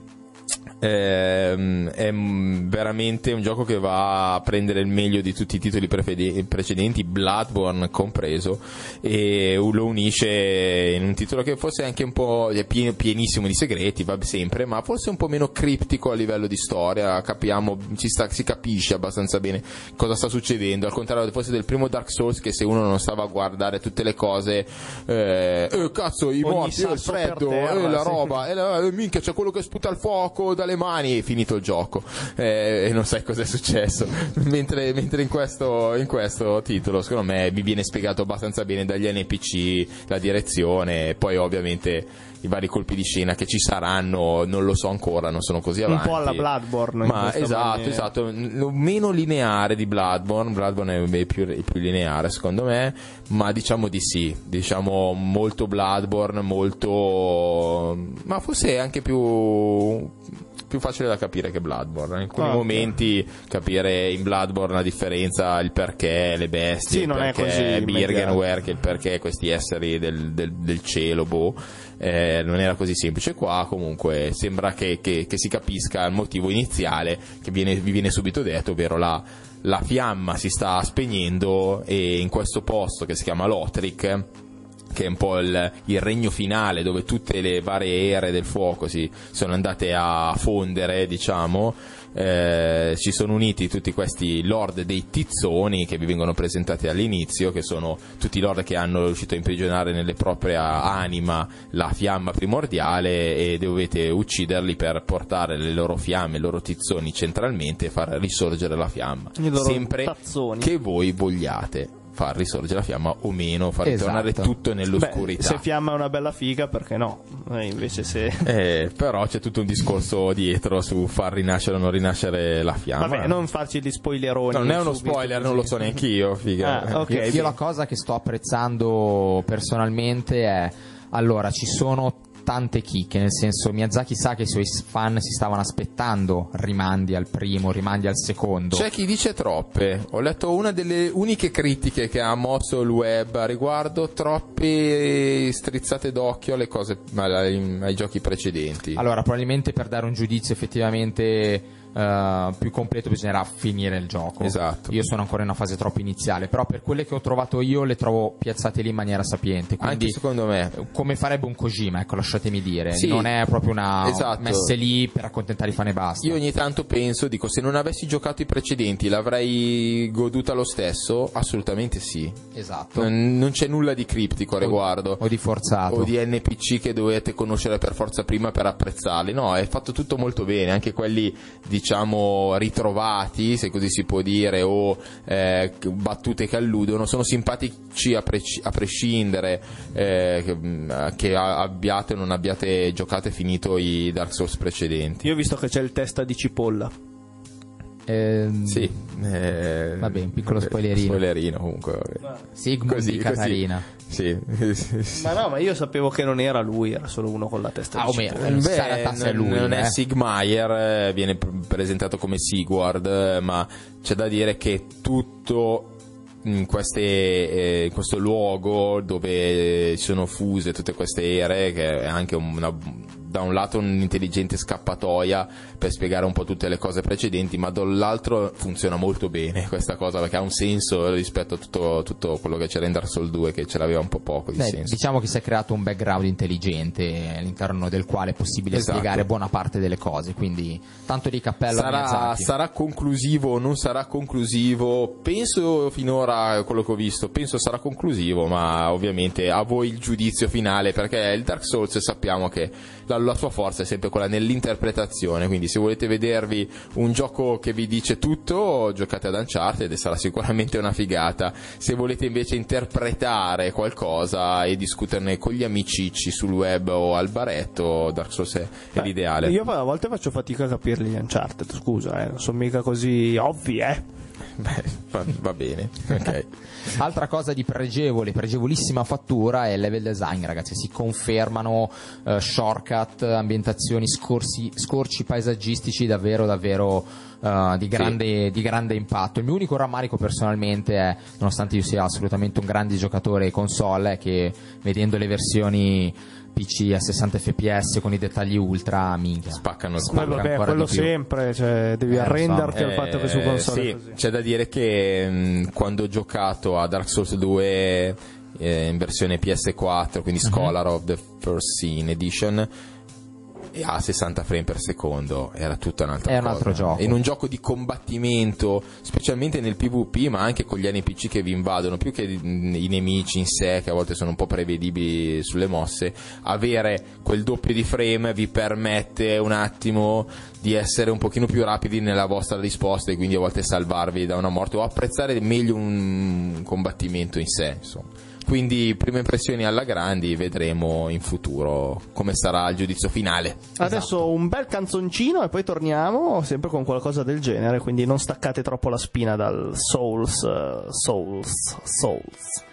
Ehm, è mm, veramente un gioco che va a prendere il meglio di tutti i titoli prefede- precedenti, Bloodborne compreso, e lo unisce in un titolo che forse è anche un po' è pien- pienissimo di segreti, va sempre, ma forse un po' meno criptico a livello di storia. Capiamo, ci sta, si capisce abbastanza bene cosa sta succedendo, al contrario forse del primo Dark Souls, che se uno non stava a guardare tutte le cose, eh, eh, cazzo, i Ogni morti, eh, il sasso per freddo, terra, eh, la sì. roba, e la, eh, minchia, c'è quello che sputa il fuoco dalle mani, è finito il gioco, eh, e non sai cos'è successo. mentre, mentre in questo in questo titolo secondo me vi viene spiegato abbastanza bene dagli N P C la direzione, e poi ovviamente i vari colpi di scena che ci saranno non lo so ancora, non sono così Un avanti, po' alla Bloodborne, in ma questa esatto, maniera. esatto, n- meno lineare di Bloodborne. Bloodborne è più, è più lineare secondo me, ma diciamo di sì, diciamo molto Bloodborne, molto, ma forse anche più più facile da capire che Bloodborne. In alcuni Ah, ok. momenti capire in Bloodborne la differenza, il perché le bestie, Sì, il non è perché così Birkenware, che il perché questi esseri del, del, del cielo, boh, eh, non era così semplice. Qua comunque sembra che, che, che si capisca il motivo iniziale che viene, vi viene subito detto, ovvero la, la fiamma si sta spegnendo, e in questo posto che si chiama Lothric che è un po' il, il regno finale, dove tutte le varie ere del fuoco si sono andate a fondere, diciamo. Eh, si sono uniti tutti questi lord dei tizzoni che vi vengono presentati all'inizio, che sono tutti i lord che hanno riuscito a imprigionare nelle proprie anima la fiamma primordiale, e dovete ucciderli per portare le loro fiamme, i loro tizzoni centralmente e far risorgere la fiamma, I loro sempre tazzoni. che voi vogliate far risorgere la fiamma o meno, far ritornare Esatto. tutto nell'oscurità. Beh, se fiamma è una bella figa, perché no? Eh, invece se... Eh, però c'è tutto un discorso dietro su far rinascere o non rinascere la fiamma. Vabbè, non farci gli spoileroni. No, non è uno subito spoiler, così. non lo so neanche io, figa. Ah, ok. Io, io bene. la cosa che sto apprezzando personalmente è, allora, ci sono tante chicche, nel senso, Miyazaki sa che i suoi fan si stavano aspettando rimandi al primo, rimandi al secondo. C'è chi dice troppe. Ho letto una delle uniche critiche che ha mosso il web a riguardo, troppe strizzate d'occhio alle cose, ai, ai giochi precedenti. Allora, probabilmente per dare un giudizio effettivamente Uh, più completo bisognerà finire il gioco. Esatto. Io sono ancora in una fase troppo iniziale, però per quelle che ho trovato io le trovo piazzate lì in maniera sapiente, quindi Anche secondo me. come farebbe un Kojima, ecco, lasciatemi dire. Sì. Non è proprio una Esatto. messe lì per accontentare i fan e basta. Io ogni tanto penso, dico, se non avessi giocato i precedenti l'avrei goduta lo stesso? Assolutamente sì. Esatto. Non, non c'è nulla di criptico a riguardo. O di forzato. O di N P C che dovete conoscere per forza prima per apprezzarli. No, è fatto tutto molto bene, anche quelli, diciamo, ritrovati, se così si può dire, o eh, battute che alludono, sono simpatici a, preci- a prescindere eh, che, che abbiate o non abbiate giocato e finito i Dark Souls precedenti. Io ho visto che c'è il testa di cipolla. Ehm, Sì, eh, Vabbè, un piccolo spoilerino. Spoilerino comunque. Vabbè. Sigmund Così, di così. Catarina. Sì, sì, sì. Ma no, ma io sapevo che non era lui, era solo uno con la testa Ah, di o meno, cipolla. non si Beh, sa in realtà se è non- lui, non è eh. Sigmaier, eh, viene pr- presentato come Sigward, eh, ma c'è da dire che tutto in, queste, eh, in questo luogo dove sono fuse tutte queste ere, che è anche una, da un lato un'intelligente scappatoia per spiegare un po' tutte le cose precedenti, ma dall'altro funziona molto bene questa cosa, perché ha un senso rispetto a tutto, tutto quello che c'era in Dark Souls due, che ce l'aveva un po' poco di Beh, senso. diciamo che si è creato un background intelligente all'interno del quale è possibile Esatto. spiegare buona parte delle cose, quindi tanto di cappello a Sarà, Miyazaki. sarà conclusivo o non sarà conclusivo? Penso finora, quello che ho visto, penso sarà conclusivo, ma ovviamente a voi il giudizio finale, perché il Dark Souls sappiamo che la, la sua forza è sempre quella nell'interpretazione, quindi se volete vedervi un gioco che vi dice tutto, giocate ad Uncharted e sarà sicuramente una figata. Se volete invece interpretare qualcosa e discuterne con gli amicicci sul web o al baretto, Dark Souls è, è l'ideale. Io a volte faccio fatica a capirli gli Uncharted, scusa, eh, non sono mica così ovvi, eh. Beh, va, va bene, ok. Altra cosa di pregevole, pregevolissima fattura è il level design, ragazzi. Si confermano eh, shortcut, ambientazioni, scorsi, scorci paesaggistici davvero davvero eh, di, grande, di grande impatto. Il mio unico rammarico personalmente è, nonostante io sia assolutamente un grande giocatore console, è che vedendo le versioni P C a sessanta F P S con i dettagli ultra, minchia, Spaccano il Ma culo. vabbè, ancora quello di più. sempre, cioè, devi Eh, lo so. arrenderti al fatto che su Eh, console sì, è così. c'è da dire che mh, quando ho giocato a Dark Souls due eh, in versione P S quattro, quindi Scholar of the First Sin Edition, e a sessanta frame per secondo era tutta un'altra È un cosa. altro gioco. In un gioco di combattimento, specialmente nel PvP, ma anche con gli N P C che vi invadono, più che mh, i nemici in sé, che a volte sono un po' prevedibili sulle mosse, avere quel doppio di frame vi permette un attimo di essere un pochino più rapidi nella vostra risposta e quindi a volte salvarvi da una morte o apprezzare meglio un combattimento in sé, insomma. Quindi prime impressioni alla grandi, vedremo in futuro come sarà il giudizio finale. Adesso un bel canzoncino e poi torniamo sempre con qualcosa del genere, quindi non staccate troppo la spina dal Souls, eh, Souls, Souls.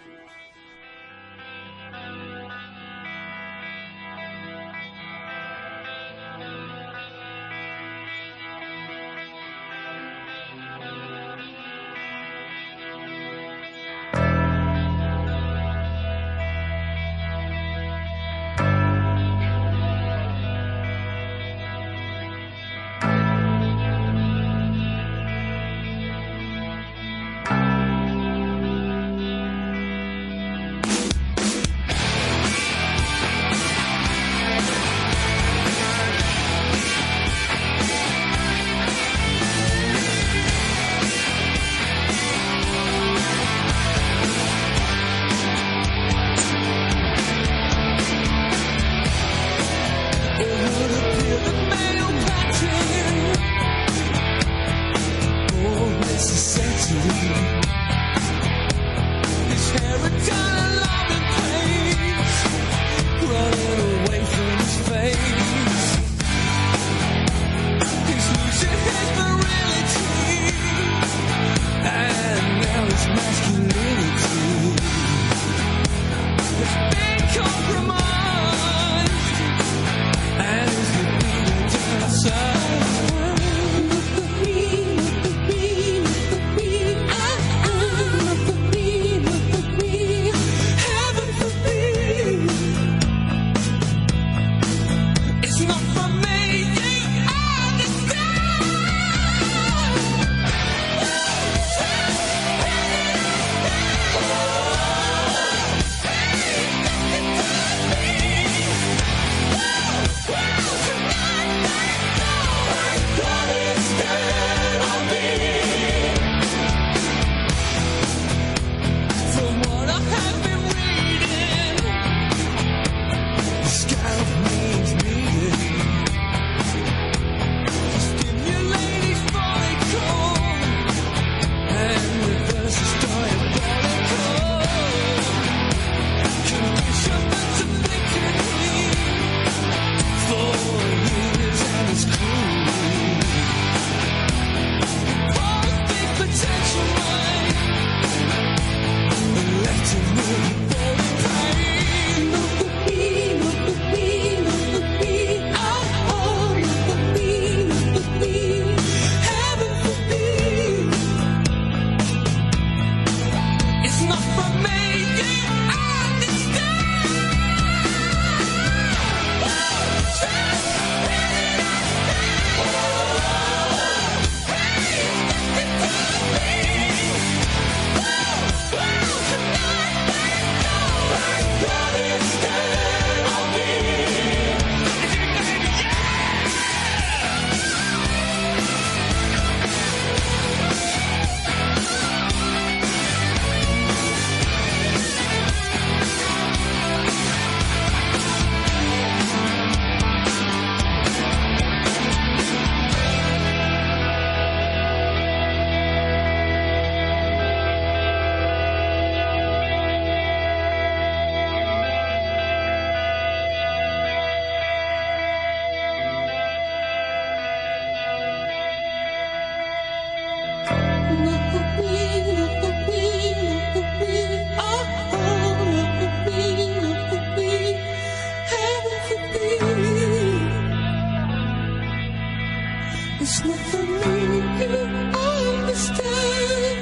It's not for me, you understand.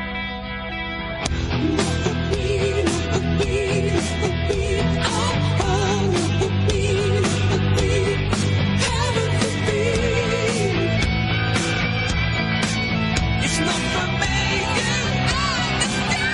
Not for me, not for me, not for me. Oh, oh, not for me, not for me. Heaven forbid. It's not for me, you understand.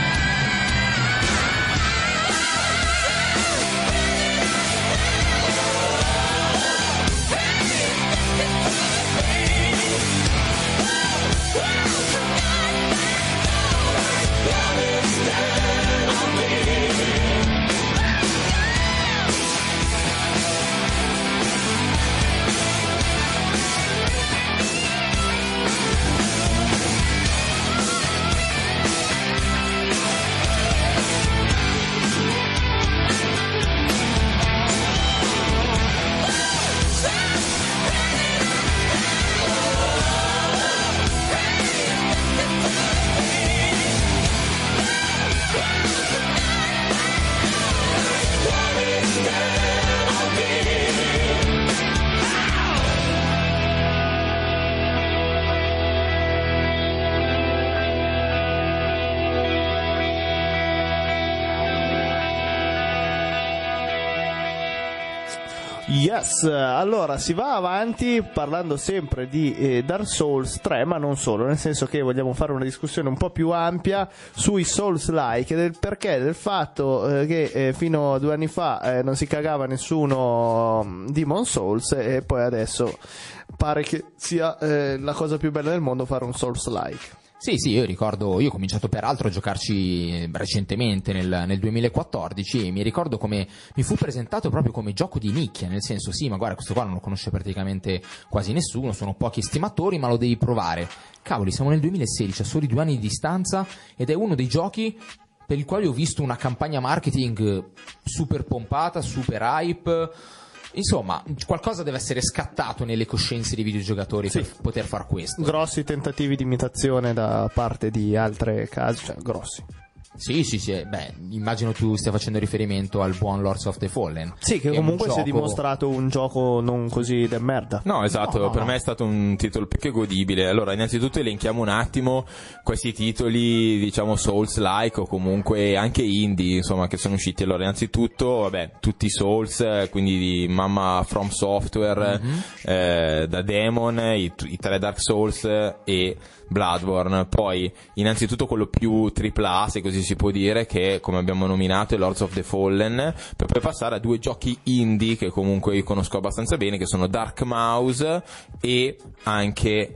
Yes, allora si va avanti parlando sempre di eh, Dark Souls tre, ma non solo, nel senso che vogliamo fare una discussione un po' più ampia sui Souls-like, del perché, del fatto eh, che eh, fino a due anni fa eh, non si cagava nessuno um, Demon Souls e poi adesso pare che sia eh, la cosa più bella del mondo fare un Souls-like. Sì, sì, io ricordo, io ho cominciato peraltro a giocarci recentemente nel, nel duemilaquattordici e mi ricordo come mi fu presentato proprio come gioco di nicchia, nel senso sì, ma guarda, questo qua non lo conosce praticamente quasi nessuno, sono pochi estimatori, ma lo devi provare. Cavoli, siamo nel duemilasedici, a soli due anni di distanza, ed è uno dei giochi per il quale ho visto una campagna marketing super pompata, super hype. Insomma, qualcosa deve essere scattato nelle coscienze dei videogiocatori Sì. per poter far questo. Grossi tentativi di imitazione da parte di altre case, cioè grossi. Sì, sì, sì, beh, immagino tu stia facendo riferimento al buon Lords of the Fallen. Sì, che è un comunque si è gioco- dimostrato un gioco non così de merda. No, esatto, No, no, per no. me è stato un titolo più che godibile. Allora, innanzitutto elenchiamo un attimo questi titoli, diciamo, Souls-like o comunque anche indie, insomma, che sono usciti. Allora, innanzitutto, vabbè, tutti Souls, eh, quindi di mamma From Software, Mhm. eh, da Demon, i, i tre Dark Souls e Bloodborne. Poi, innanzitutto quello più tripla A, se così si può dire, che come abbiamo nominato è Lords of the Fallen, per poi passare a due giochi indie che comunque io conosco abbastanza bene, che sono Dark Mouse e anche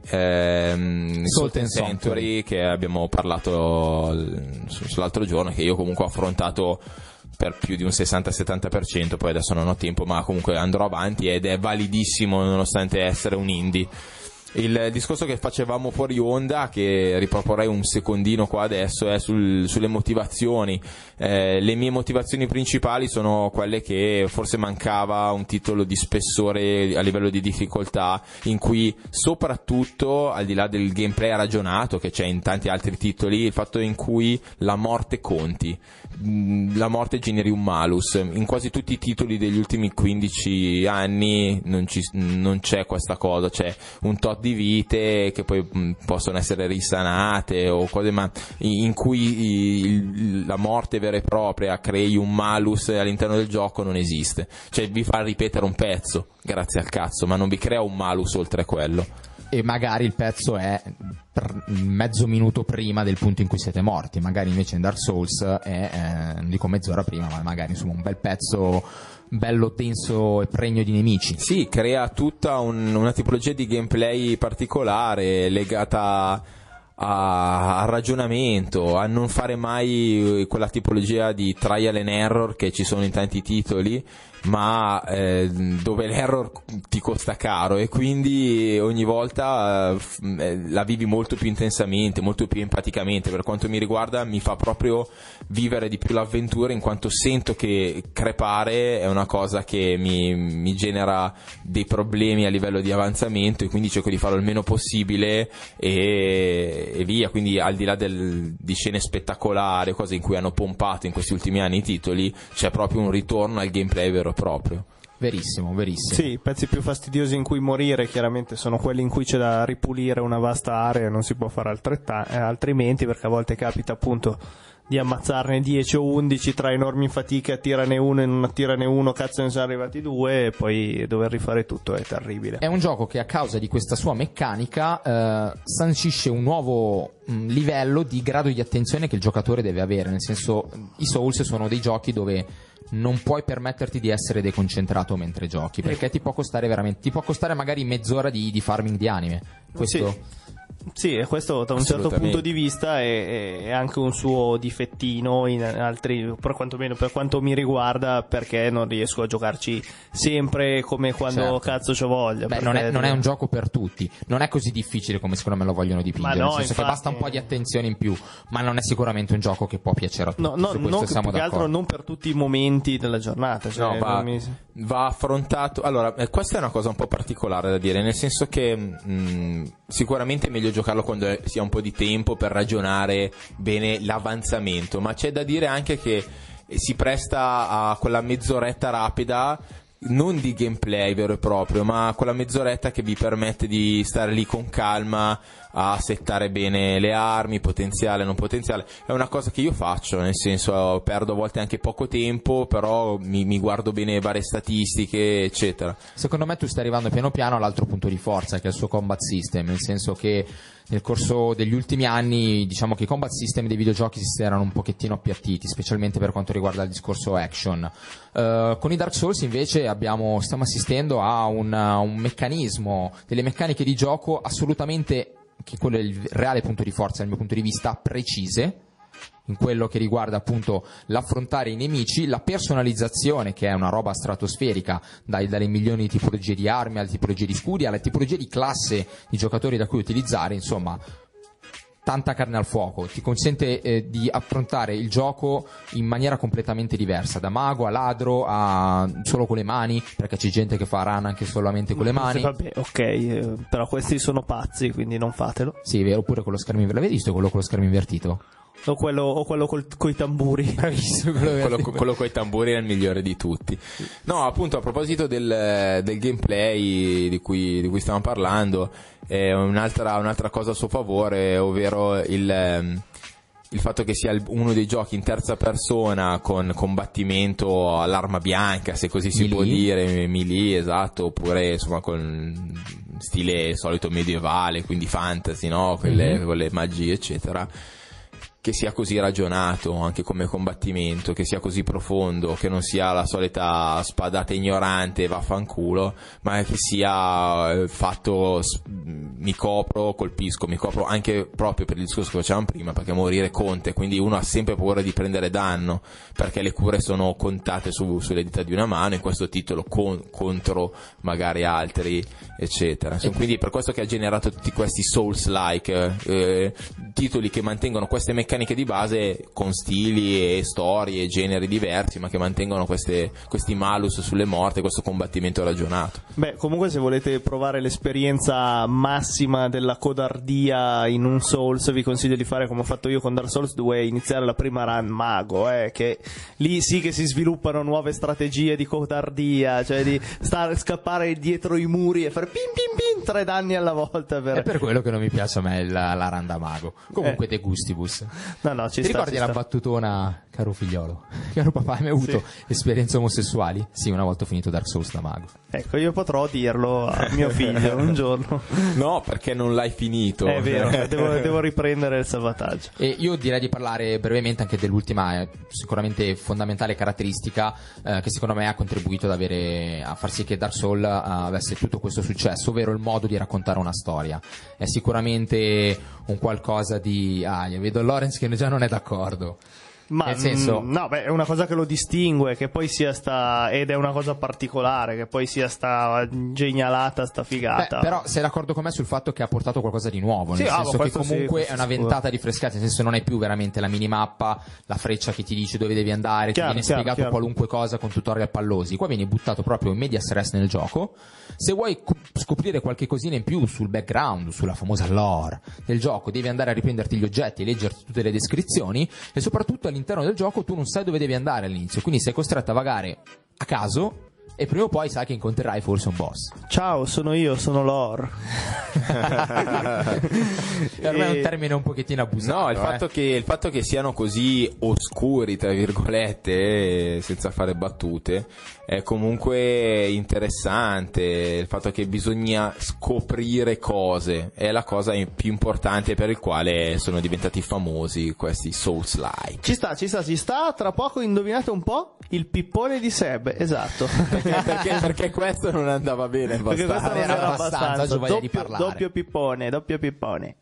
ehm, Salt and Sanctuary, che abbiamo parlato l- l'altro giorno, che io comunque ho affrontato per più di un sessanta settanta per cento, poi adesso non ho tempo, ma comunque andrò avanti ed è validissimo nonostante essere un indie. Il discorso che facevamo fuori onda, che riproporrei un secondino qua adesso, è sul, sulle motivazioni. Eh, le mie motivazioni principali sono quelle che forse mancava un titolo di spessore a livello di difficoltà, in cui soprattutto, al di là del gameplay ragionato che c'è in tanti altri titoli, il fatto in cui la morte conti, mh, la morte generi un malus. In quasi tutti i titoli degli ultimi quindici anni non, ci, non c'è questa cosa, c'è un tot di vite che poi mh, possono essere risanate o cose, ma in cui il, la morte vera e propria crei un malus all'interno del gioco non esiste. Cioè vi fa ripetere un pezzo, grazie al cazzo, ma non vi crea un malus oltre quello. E magari il pezzo è per mezzo minuto prima del punto in cui siete morti, magari invece in Dark Souls è, eh, non dico mezz'ora prima, ma magari insomma un bel pezzo bello denso e pregno di nemici. Sì, crea tutta un, una tipologia di gameplay particolare legata a, a ragionamento, a non fare mai quella tipologia di trial and error che ci sono in tanti titoli, ma eh, dove l'error ti costa caro e quindi ogni volta eh, la vivi molto più intensamente, molto più empaticamente. Per quanto mi riguarda mi fa proprio vivere di più l'avventura, in quanto sento che crepare è una cosa che mi, mi genera dei problemi a livello di avanzamento, e quindi cerco di farlo il meno possibile e, e via. Quindi al di là del, di scene spettacolari, cose in cui hanno pompato in questi ultimi anni i titoli, c'è proprio un ritorno al gameplay vero e proprio. Verissimo, verissimo. Sì, i pezzi più fastidiosi in cui morire chiaramente sono quelli in cui c'è da ripulire una vasta area e non si può fare altretta- eh, altrimenti, perché a volte capita appunto di ammazzarne dieci o undici tra enormi fatiche, a tirane uno e non a tirane uno, cazzo ne sono arrivati due, e poi dover rifare tutto è terribile. È un gioco che a causa di questa sua meccanica eh, sancisce un nuovo mh, livello di grado di attenzione che il giocatore deve avere, nel senso, i Souls sono dei giochi dove non puoi permetterti di essere deconcentrato mentre giochi, perché ti può costare veramente, ti può costare magari mezz'ora di, di farming di anime. Questo Sì. Sì, e questo da un certo Assolutamente. punto di vista è, è anche un suo difettino in altri, per quantomeno per quanto mi riguarda, perché non riesco a giocarci sempre come quando Certo. cazzo c'ho voglia. Beh, perché- non è, non è un gioco per tutti, non è così difficile come secondo me lo vogliono dipingere, Ma no, nel senso infatti- che basta un po' di attenzione in più, ma non è sicuramente un gioco che può piacere a tutti. No, no, su questo non, siamo più che d'accordo. altro non per tutti i momenti della giornata. Cioè, No, va, non mi- va affrontato. Allora, eh, questa è una cosa un po' particolare da dire, nel senso che mh, sicuramente è meglio giocarlo quando è- si ha un po' di tempo per ragionare bene l'avanzamento, ma c'è da dire anche che si presta a quella mezz'oretta rapida, non di gameplay vero e proprio, ma quella mezz'oretta che vi permette di stare lì con calma a settare bene le armi, potenziale, non potenziale. È una cosa che io faccio, nel senso perdo a volte anche poco tempo, però mi, mi guardo bene varie statistiche, eccetera. Secondo me tu stai arrivando piano piano all'altro punto di forza, che è il suo combat system, nel senso che nel corso degli ultimi anni diciamo che i combat system dei videogiochi si erano un pochettino appiattiti, specialmente per quanto riguarda il discorso action. Uh, con i Dark Souls invece abbiamo, stiamo assistendo a un, a un meccanismo, delle meccaniche di gioco assolutamente, che quello è il reale punto di forza dal mio punto di vista, precise in quello che riguarda appunto l'affrontare i nemici, la personalizzazione, che è una roba stratosferica, dai, dalle milioni di tipologie di armi alle tipologie di scudi alle tipologie di classe di giocatori da cui utilizzare, insomma tanta carne al fuoco, ti consente eh, di affrontare il gioco in maniera completamente diversa, da mago a ladro a solo con le mani, perché c'è gente che fa run anche solamente con le mani. Vabbè, ok, eh, però questi sono pazzi, quindi non fatelo. Sì, è vero, pure con lo schermo invertito. L'avete visto quello con lo schermo invertito? O quello, o quello col, coi tamburi. Bravissimo, quello, quello con i tamburi è il migliore di tutti. No, appunto, a proposito del, del gameplay di cui, di cui stiamo parlando, è un'altra, un'altra cosa a suo favore, ovvero il, il fatto che sia il- uno dei giochi in terza persona con combattimento all'arma bianca, se così si Melee. può dire, melee, esatto, oppure insomma con stile solito medievale, quindi fantasy, no? Quelle, con le magie, eccetera. Che sia così ragionato anche come combattimento, che sia così profondo, che non sia la solita spadata ignorante e vaffanculo, ma che sia eh, fatto s- mi copro, colpisco, mi copro, anche proprio per il discorso che facevamo prima, perché morire conta, quindi uno ha sempre paura di prendere danno, perché le cure sono contate su- sulle dita di una mano, in questo titolo con- contro magari altri, eccetera. Insomma, quindi per questo che ha generato tutti questi Souls-like, eh, titoli che mantengono queste meccaniche di base con stili e storie e generi diversi, ma che mantengono queste, questi malus sulle morte, questo combattimento ragionato. Beh, comunque se volete provare l'esperienza massima della codardia in un Souls, vi consiglio di fare come ho fatto io con Dark Souls due, iniziare la prima run mago, eh, che lì sì che si sviluppano nuove strategie di codardia, cioè di stare, scappare dietro i muri e fare pim pim pim tre danni alla volta per... È per quello che non mi piace a me la, la randa mago. Comunque De Gustibus. No, no, ci Ti sta, ricordi ci la sta. battutona, caro figliolo? Caro papà, hai mai avuto esperienze omosessuali? Sì, una volta ho finito Dark Souls da mago. Ecco, io potrò dirlo a mio figlio un giorno. No, perché non l'hai finito. È vero, devo, devo riprendere il salvataggio. E io direi di parlare brevemente anche dell'ultima, eh, sicuramente fondamentale caratteristica eh, che secondo me ha contribuito ad avere, a far sì che Dark Souls eh, avesse tutto questo successo, ovvero il modo di raccontare una storia. È sicuramente un qualcosa di... Ah, io vedo Lorenz che già non è d'accordo. Ma Nel senso- mm, no, beh, è una cosa che lo distingue, che poi sia sta, ed è una cosa particolare, che poi sia sta genialata, sta figata. Beh, però sei d'accordo con me sul fatto che ha portato qualcosa di nuovo, Sì, nel ah, senso ma che questo sì, comunque questo è una sicuro. ventata di frescata, nel senso non è più veramente la minimappa, la freccia che ti dice dove devi andare, Chiaro, ti viene chiaro, spiegato chiaro. qualunque cosa con tutorial pallosi. Qua vieni buttato proprio in medias res nel gioco. Se vuoi co- scoprire qualche cosina in più sul background, sulla famosa lore del gioco, devi andare a riprenderti gli oggetti e leggerti tutte le descrizioni, e soprattutto all'interno del gioco tu non sai dove devi andare all'inizio, quindi sei costretto a vagare a caso e prima o poi sai che incontrerai forse un boss. Ciao, sono io, sono Lor. Per me è un termine un pochettino abusato. No, il eh. fatto, che, il fatto che siano così oscuri, tra virgolette, eh, senza fare battute, è comunque interessante. Il fatto che bisogna scoprire cose è la cosa più importante per il quale sono diventati famosi questi Souls-like. Ci sta, ci sta, ci sta. Tra poco indovinate un po' il pippone di Seb, esatto. Perché, perché, perché questo non andava bene Perché questo abbastanza. non era era abbastanza, abbastanza. oggi voglia di Doppio, parlare. doppio pippone, doppio pippone.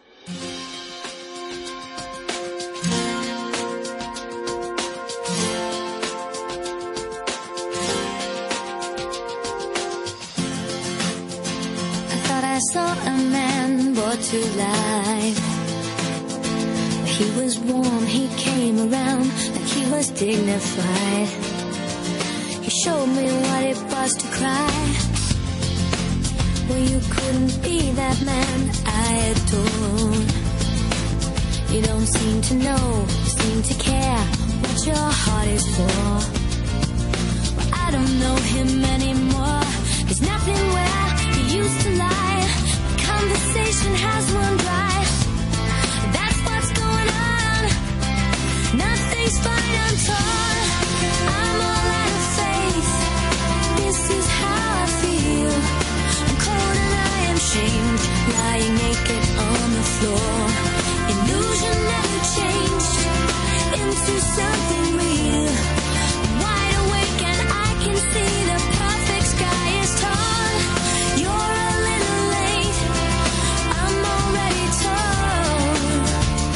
I thought I saw a man brought to life. He was warm, he came around like he was dignified. He showed me what it was to cry. Well, you couldn't be that man I adored. You don't seem to know, seem to care what your heart is for. Well, I don't know him anymore. There's nothing where he used to lie. The conversation has run dry. That's what's going on. Nothing's fine, I'm torn. I'm all out of faith. This is how I feel. I'm cold and I am shamed, lying naked on the floor. Illusion never changed into something real. I'm wide awake and I can see the perfect sky is torn. You're a little late, I'm already torn.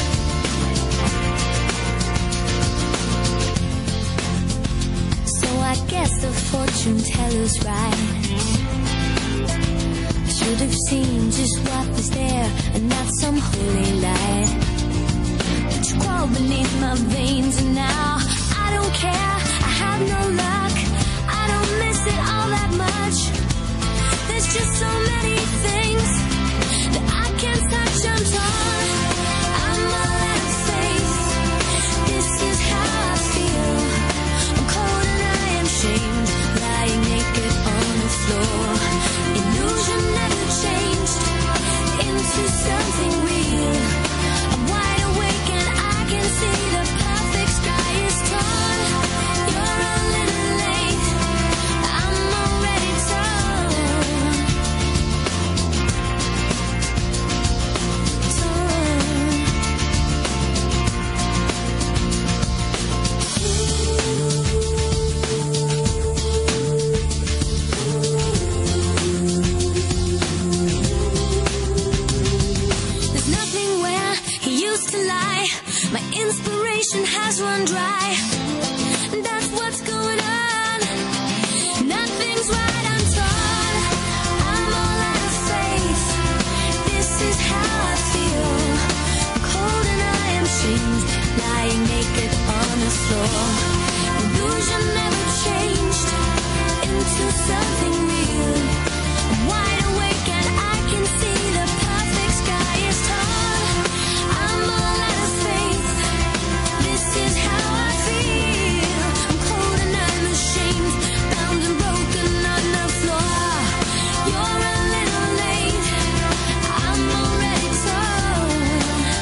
So I guess the fortune teller's right. I should have seen just what was there and not some holy light. But you crawl beneath my veins and now I don't care, I have no luck. I don't miss it all that much. There's just so many things that I can't touch, I'm torn. I'm all out of faith. This is how I feel. I'm cold and I am shamed, lying naked on the floor. Illusion never changed into something real. I'm wide awake and I can see the perfect sky is torn. You're a little late, I'm already torn. There's nothing where he used to lie. My inspiration has run dry. That's what's going on. Nothing's right, I'm torn. I'm all out of faith. This is how I feel. I'm cold and I am shamed, lying naked on the floor. Illusion never changed into something real. I'm wide awake and I can see the perfect sky is torn. I'm all out of faith. This is how I feel. I'm cold and I'm ashamed, bound and broken on the floor. You're a little late, I'm already torn.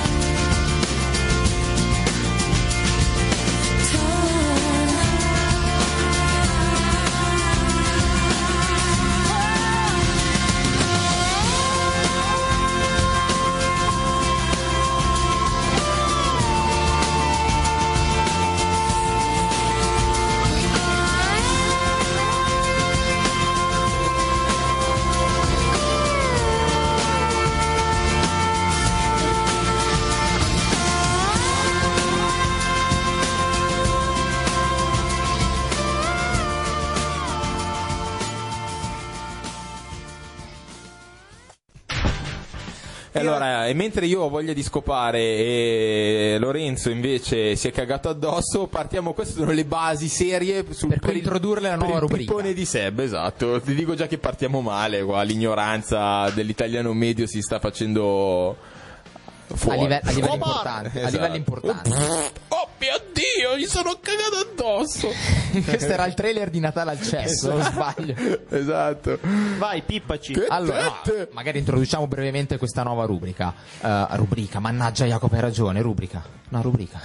E allora, e mentre io ho voglia di scopare e Lorenzo invece si è cagato addosso, partiamo. Queste sono le basi serie sul, Per cui introdurre la per nuova il rubrica. pippone di Seb, esatto. Ti dico già che partiamo male qua, l'ignoranza dell'italiano medio si sta facendo A, fuori. live- a livello Scopare! importante, a Esatto. livello importante. Oh mio Dio! mio, mi sono cagato addosso. Questo era il trailer di Natale al cesso, o sbaglio? Esatto. Vai, pippaci. Che Allora, no, tette! magari introduciamo brevemente questa nuova rubrica. Uh, rubrica, mannaggia Jacopo, hai ragione, rubrica. No, rubrica.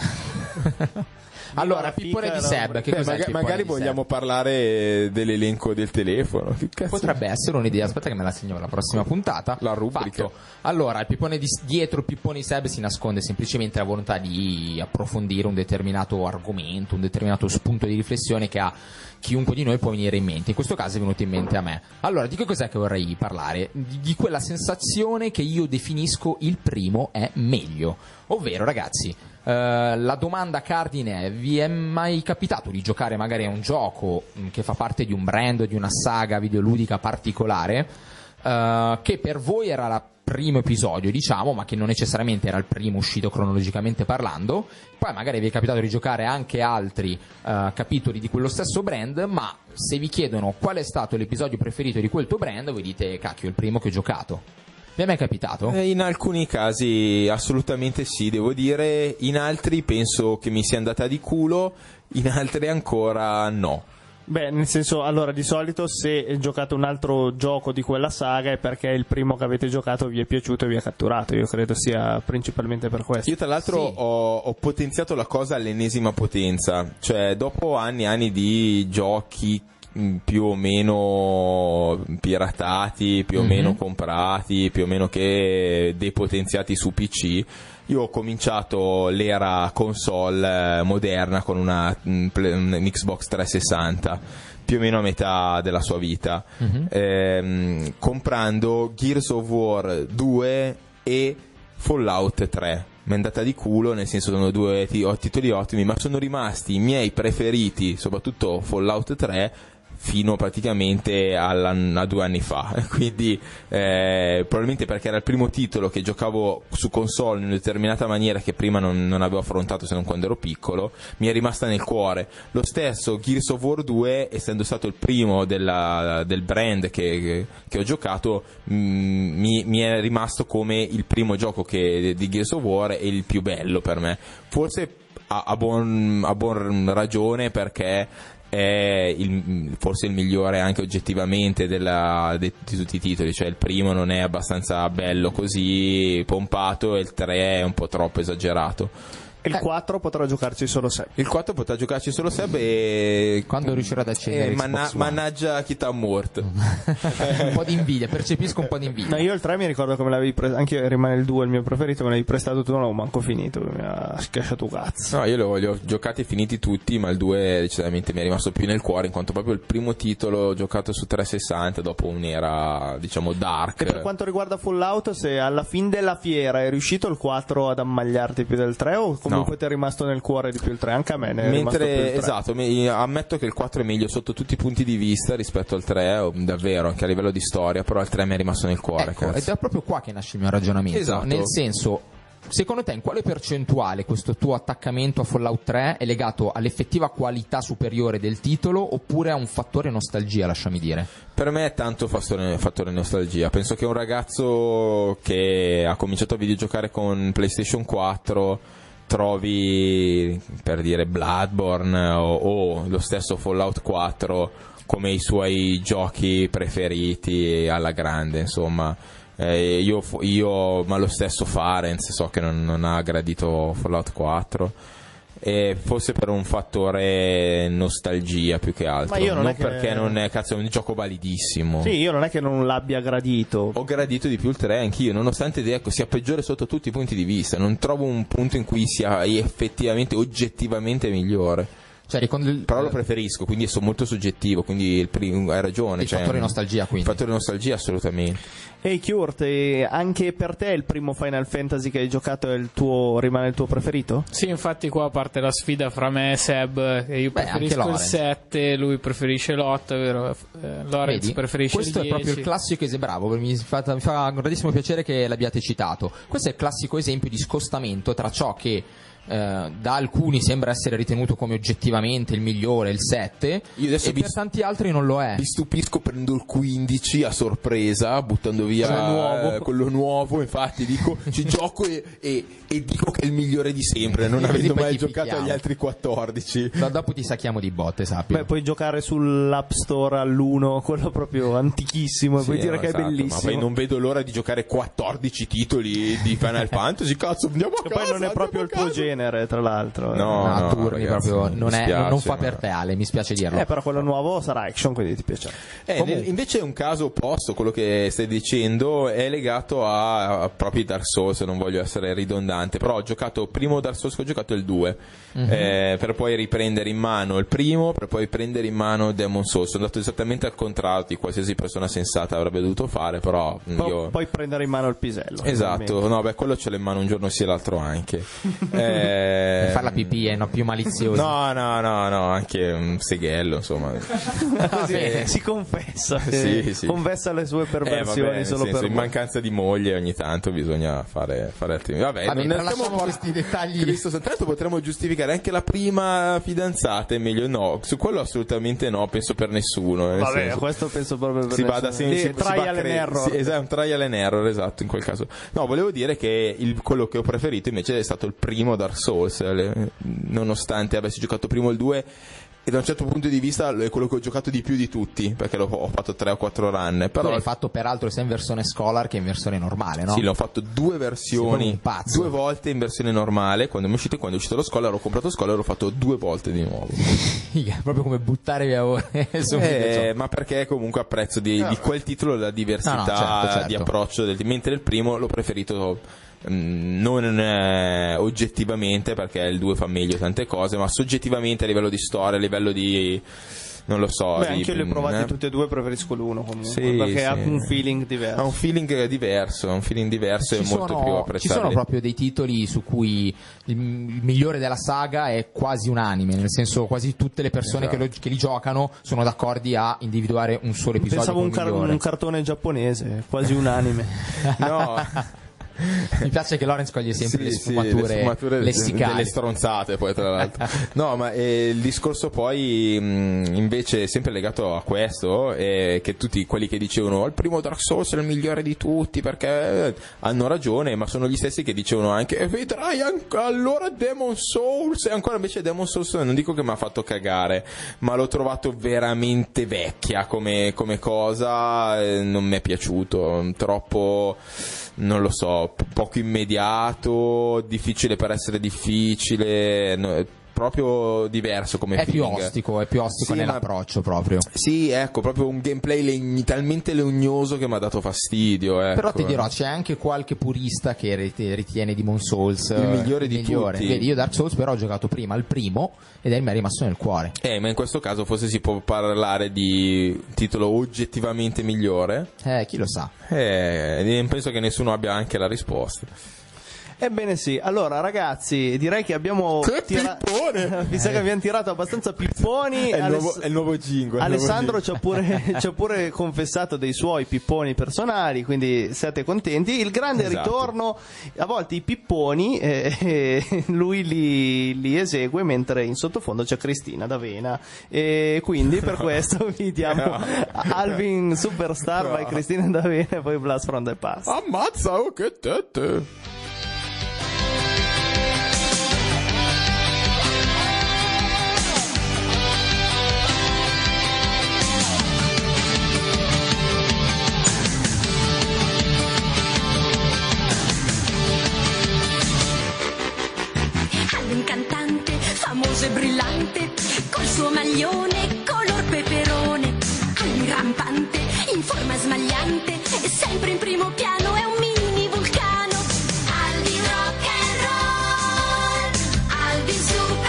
Allora, la Pippone fica di era Seb, che Beh, cos'è il maga- Pippone magari di vogliamo Seb? parlare dell'elenco del telefono. Che cazzo? Potrebbe essere un'idea, aspetta che me la segno la prossima puntata. La rubrica. Fatto. Allora, il pippone di, dietro il pippone di Seb si nasconde semplicemente la volontà di approfondire un determinato argomento, un determinato spunto di riflessione che a chiunque di noi può venire in mente. In questo caso è venuto in mente a me. Allora, di che cos'è che vorrei parlare? Di, di quella sensazione che io definisco il primo è meglio. Ovvero, ragazzi, Uh, la domanda cardine è: vi è mai capitato di giocare magari a un gioco mh, che fa parte di un brand o di una saga videoludica particolare, uh, che per voi era il primo episodio, diciamo, ma che non necessariamente era il primo uscito cronologicamente parlando, poi magari vi è capitato di giocare anche altri uh, capitoli di quello stesso brand, ma se vi chiedono qual è stato l'episodio preferito di quel tuo brand, voi dite cacchio, il primo che ho giocato. Vi è mai capitato? Eh, in alcuni casi assolutamente sì, devo dire. In altri penso che mi sia andata di culo, in altri ancora no. Beh, nel senso, allora, di solito se giocate un altro gioco di quella saga è perché il primo che avete giocato vi è piaciuto e vi ha catturato. Io credo sia principalmente per questo. Io tra l'altro Sì. ho, ho potenziato la cosa all'ennesima potenza. Cioè, dopo anni e anni di giochi mh, più o meno piratati, più o Mhm. meno comprati, più o meno che depotenziati su P C, io ho cominciato l'era console eh, moderna con una, un play- un Xbox trecentosessanta, più o meno a metà della sua vita, Mhm. ehm, comprando Gears of War due e Fallout tre. Mi è andata di culo, nel senso sono due ti- titoli ottimi, ma sono rimasti i miei preferiti, soprattutto Fallout tre, fino praticamente alla- a due anni fa. Quindi eh, probabilmente perché era il primo titolo che giocavo su console in una determinata maniera che prima non, non avevo affrontato se non quando ero piccolo, mi è rimasta nel cuore. Lo stesso Gears of War due, essendo stato il primo della- del brand che, che- che ho giocato, mh, mi, mi è rimasto come il primo gioco che, di Gears of War e il più bello per me. Forse a, a buon, a buon ragione, perché è il, forse il migliore anche oggettivamente della, de, di tutti i titoli. Cioè il primo non è abbastanza bello così pompato e il tre è un po' troppo esagerato. Il quattro potrà giocarci solo Seb. Il quattro potrà giocarci solo Seb e Quando riuscirà ad accendere eh, Xbox manna- One. mannaggia chi t'ha morto. Un po' di invidia, percepisco un po' di No, invidia. io il tre mi ricordo che me l'avevi preso, anche io rimane il due il mio preferito, me l'avevi prestato tu, non l'avevo manco finito, mi ha schiacciato cazzo. No, io li ho, li ho giocati e finiti tutti, ma il due decisamente mi è rimasto più nel cuore, in quanto proprio il primo titolo giocato su trecentosessanta dopo un'era, diciamo, dark. E per quanto riguarda Fallout, se alla fin della fiera è riuscito il quattro ad ammagliarti più del tre, o comunque No. ti è rimasto nel cuore di più il tre? Anche a me ne è rimasto più il Mentre, tre. esatto, mi- ammetto che il quattro è meglio sotto tutti i punti di vista rispetto al tre, o- davvero, anche a livello di storia, però il tre mi è rimasto nel cuore. Ecco, ed cazzo. è proprio qua che nasce il mio ragionamento. Esatto. Nel senso, secondo te in quale percentuale questo tuo attaccamento a Fallout tre è legato all'effettiva qualità superiore del titolo, oppure a un fattore nostalgia, lasciami dire? Per me è tanto fattore, fattore nostalgia. Penso che un ragazzo che ha cominciato a videgiocare con PlayStation quattro trovi, per dire, Bloodborne o, o lo stesso Fallout quattro come i suoi giochi preferiti alla grande, insomma. Eh, io, io, ma lo stesso Farenz so che non, non ha gradito Fallout quattro, e forse per un fattore nostalgia più che altro. Ma io non è che- perché non è, cazzo, è un gioco validissimo. Sì, io non è che non l'abbia gradito. Ho gradito di più il tre anch'io, nonostante ecco, sia peggiore sotto tutti i punti di vista. Non trovo un punto in cui sia effettivamente, oggettivamente migliore. Cioè, ricordo il- Però lo preferisco, quindi sono molto soggettivo, quindi il primo, hai ragione. Il cioè, fattore nostalgia, quindi. Il fattore nostalgia, assolutamente. Ehi Kurt, e anche per te il primo Final Fantasy che hai giocato è il tuo, rimane il tuo preferito? Sì, infatti qua parte la sfida fra me e Seb, che io Beh, preferisco anche il Lorenz. sette, lui preferisce l'otto, vero? Eh, Lorenz Vedi? preferisce Questo il è proprio il dieci. classico esempio, bravo, mi fa, mi fa un grandissimo piacere che l'abbiate citato. Questo è il classico esempio di scostamento tra ciò che eh, da alcuni sembra essere ritenuto come oggettivamente il migliore, il sette, Io adesso e vi- per tanti altri non lo è. Mi stupisco, prendo il quindici a sorpresa, buttando via Quello nuovo. eh, quello nuovo, infatti dico ci gioco e, e- e dico che è il migliore di sempre, non E così avendo poi mai ti giocato picchiamo. agli altri quattordici. Do- dopo ti sacchiamo di botte, sappi. Beh, puoi giocare sull'App Store all'uno, quello proprio antichissimo, e Sì, puoi dire no, che esatto, è bellissimo. Ma poi non vedo l'ora di giocare quattordici titoli di Final Fantasy, cazzo, andiamo a Che casa. poi non è proprio il andiamo tuo a casa. genere, tra l'altro. eh. No, No, a no, turni ragazzi, proprio mi non, è, dispiace, non fa ma- per te, Ale, mi spiace dirlo. Eh, però quello nuovo sarà action, quindi ti piacerà. Eh, Comunque. nel- invece è un caso opposto, quello che stai dicendo è legato a, a proprio Dark Souls, non voglio essere ridondante, però ho giocato primo Dark Souls che ho giocato è il due, eh, per poi riprendere in mano il primo, per poi prendere in mano Demon Souls. Sono andato esattamente al contrario di qualsiasi persona sensata avrebbe dovuto fare, però Po- io... Poi prendere in mano il pisello. Esatto, no, beh, quello ce l'ho in mano un giorno sì e l'altro anche. Eh, Per far la pipì è no, più malizioso. No, no, no, no, anche un seghello, insomma. Così, bene. si confessa, Sì, sì. confessa le sue Eh, perversioni vabbè, nel solo senso, per in voi. mancanza di moglie ogni tanto bisogna fare, fare altri. Vabbè, Vabbè, non ne tralasciamo stiamo questi dettagli. Cristo santo, tanto potremmo giustificare anche la prima fidanzata, è meglio no, su quello assolutamente no, penso per nessuno. nel Vabbè, senso- questo penso proprio per si va nessuno. da Lì, si- si trial va a and cre- error. sì, esatto, un trial and error, esatto, in quel caso. No, volevo dire che il- quello che ho preferito invece è stato il primo Dark Souls, le- nonostante avessi giocato primo il due. E da un certo punto di vista è quello che ho giocato di più di tutti, perché l'ho, ho fatto tre o quattro run. Tu Però l'hai fatto peraltro sia in versione Scholar che in versione normale, no? sì, l'ho fatto due Sei versioni, proprio un pazzo. due volte in versione normale. Quando è uscito, quando è uscito lo Scholar, ho comprato Scholar, l'ho fatto due volte di nuovo. Figa, proprio come buttare via ore su un Eh, videogioco. ma perché comunque apprezzo di, di quel titolo la diversità No, no, certo, certo. di approccio, del, mentre il primo l'ho preferito mm, non eh, oggettivamente, perché il due fa meglio tante cose, ma soggettivamente a livello di storia, a livello di non lo so. Beh, di- anche io li ho provati eh. tutti e due, preferisco l'uno comunque, Sì, perché ha sì. un feeling diverso. Ha un feeling diverso, ha un feeling diverso e Ci molto sono, più ci apprezzabile. sono proprio dei titoli su cui il, il migliore della saga è quasi unanime, nel senso quasi tutte le persone Esatto. che, lo- che li giocano sono d'accordi a individuare un solo episodio Pensavo come un, car- migliore. un cartone giapponese, quasi unanime. No. Mi piace che Lorenz coglie sempre Sì, le sì, sfumature, le sfumature lessicali. delle stronzate, poi tra l'altro. No, ma eh, il discorso poi mh, invece sempre legato a questo è che tutti quelli che dicevano il primo Dark Souls è il migliore di tutti, perché hanno ragione, ma sono gli stessi che dicevano anche e vedrai anche allora Demon Souls, e ancora invece Demon Souls non dico che mi ha fatto cagare, ma l'ho trovato veramente vecchia come, come cosa, eh, non mi è piaciuto, troppo, non lo so, p- poco immediato, difficile per essere difficile, no, proprio diverso come È più feeling. ostico, è più ostico Sì, ma- nell'approccio proprio. Sì, ecco, proprio un gameplay legn- talmente legnoso che mi ha dato fastidio. Ecco. Però ti dirò, c'è anche qualche purista che rit- ritiene Demon Souls Il eh, migliore di tutti. Vedi, io Dark Souls però ho giocato prima al primo ed è mi è rimasto nel cuore. Eh, ma in questo caso forse si può parlare di titolo oggettivamente migliore. Eh, chi lo sa. Eh, penso che nessuno abbia anche la risposta. Ebbene sì, allora ragazzi, direi che abbiamo Che tira- pippone! mi sa che abbiamo tirato abbastanza pipponi. È il Aless- nuovo, è il nuovo jingle. è il nuovo Alessandro jingle. ci ha, pure, ci ha pure confessato dei suoi pipponi personali, quindi siate contenti. Il grande Esatto. ritorno, a volte i pipponi eh, eh, lui li, li esegue mentre in sottofondo c'è Cristina D'Avena, e quindi per questo vi diamo No. Alvin Superstar No. by Cristina D'Avena e poi Blast from the Past. Ammazza, oh, che tette! Un cantante famoso e brillante, col suo maglione color peperone, Alvin rampante, in forma smagliante, e sempre in primo piano è un mini vulcano. Alvin rock and roll, Alvin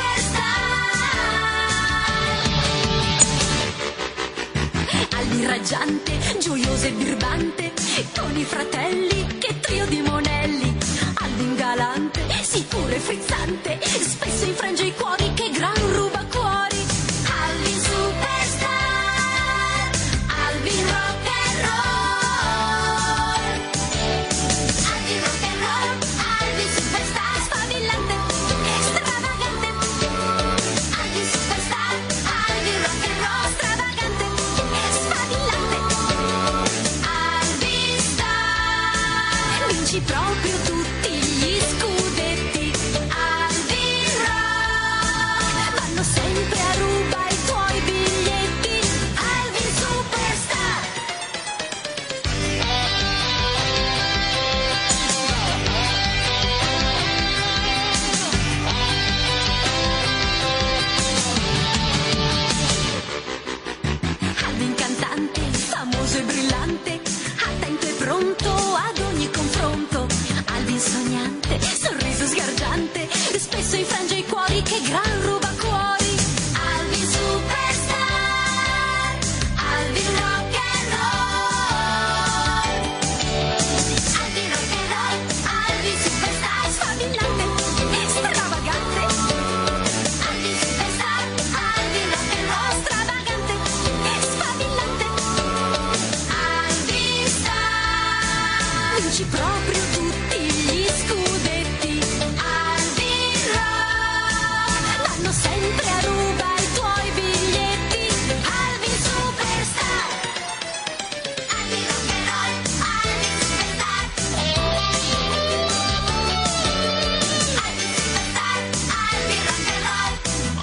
superstar. Alvin raggiante, gioioso e birbante, con i fratelli, che trio di monelli. Alvin galante, sicuro e frizzante, spesso infrange i cuori, che gran ruba cuori. Alvin superstar, Alvin rock and roll. Alvin rock and roll, Alvin superstar, sfavillante, vinci proprio tutti gli scudetti. Alvin Rock vanno sempre a ruba i tuoi biglietti. Alvin Superstar. Alvin cantante, famoso e brillante, attento e pronto ad ogni confronto. Alvin sognante, sorriso sgargiante, spesso infrange i cuori, che gran ruba cuori. Alvin Superstar, Alvin Rock and Roll. Alvin Rock and Roll, Alvin Superstar, sfavillante, stravagante. Alvin Superstar, Alvin Rock and Roll, stravagante, sfavillante. Alvin Star, vinci proprio tutti gli scudetti. Alvin Rock vanno sempre a ruba i tuoi biglietti. Alvin Superstar, Alvin Rock and Roll, Alvin Superstar. Alvin Superstar, Alvin Rock and Roll.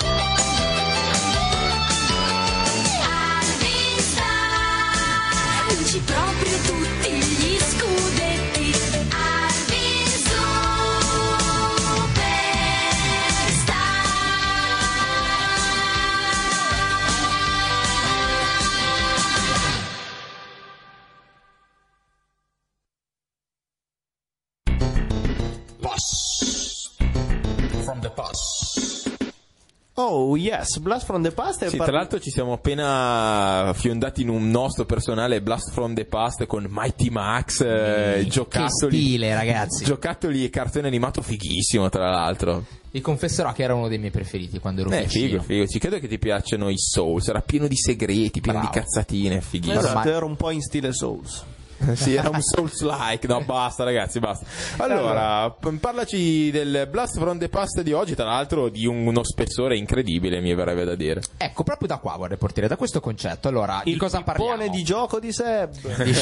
Alvin Star, vinci proprio tutti gli scudetti. Alvin From the past. Oh yes, Blast from the Past è Sì, par- tra l'altro ci siamo appena fiondati in un nostro personale Blast from the Past con Mighty Max, eh, Che giocattoli, stile, ragazzi. giocattoli e cartone animato fighissimo, tra l'altro. Vi confesserò che era uno dei miei preferiti quando ero Eh, piccino. figo, figo. Ci credo che ti piacciono i Souls, era pieno di segreti, pieno Bravo. di cazzatine, fighissimo. Esatto, ormai- era un po' in stile Souls. Sì, era un Souls-like. No, basta, ragazzi, basta. Allora, p- parlaci del Blast from the Past di oggi, tra l'altro di un- uno spessore incredibile, mi verrebbe da dire. Ecco, proprio da qua vorrei partire, da questo concetto. Allora, di Il cosa parliamo? pippone di gioco di Seb.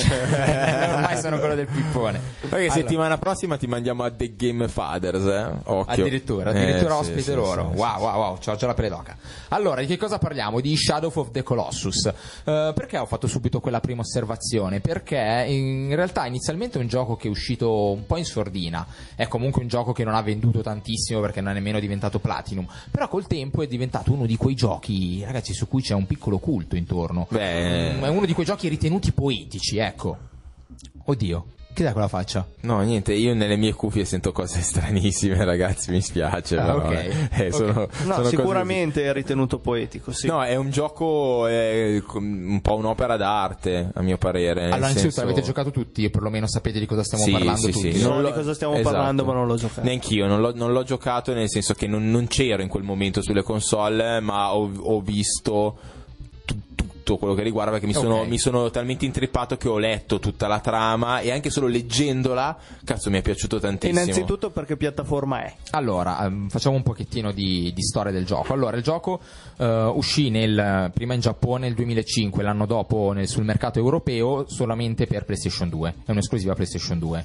Ormai sono quello del pippone. Perché Allora, settimana prossima ti mandiamo a The Game Fathers, eh? Occhio. addirittura, addirittura Eh, sì, ospite sì, loro. sì, wow, wow, wow, c'ho già la pelle d'oca. Allora, di che cosa parliamo? Di Shadow of the Colossus. Eh, perché ho fatto subito quella prima osservazione? Perché in realtà inizialmente è un gioco che è uscito un po' in sordina. È comunque un gioco che non ha venduto tantissimo perché non è nemmeno diventato Platinum. Però col tempo è diventato uno di quei giochi, ragazzi, su cui c'è un piccolo culto intorno. Beh. Mm, È uno di quei giochi ritenuti poetici, ecco. Oddio, che dai quella faccia? No, niente, io nelle mie cuffie sento cose stranissime, ragazzi, mi spiace. Ah, però, ok. eh. Eh, Ok. sono- No, sono cose sicuramente è ritenuto poetico, sì. così. No, è un gioco, è un po' un'opera d'arte, a mio parere. nel Allora, innanzitutto senso- l'avete giocato tutti, o perlomeno sapete di cosa stiamo Sì, parlando sì, tutti. sì. So Non di l'ho- cosa stiamo esatto. parlando, ma non l'ho giocato. Neanch'io, non l'ho, non l'ho giocato nel senso che non, non c'ero in quel momento sulle console, ma ho, ho visto tu- tutto quello che riguarda, perché mi sono, Ok. mi sono talmente intrippato che ho letto tutta la trama e anche solo leggendola, cazzo, mi è piaciuto tantissimo. Innanzitutto perché piattaforma è? Allora, ehm, facciamo un pochettino di, di storia del gioco. Allora, il gioco eh, uscì nel, prima in Giappone nel duemilacinque, l'anno dopo nel- sul mercato europeo solamente per PlayStation due. È un'esclusiva PlayStation due.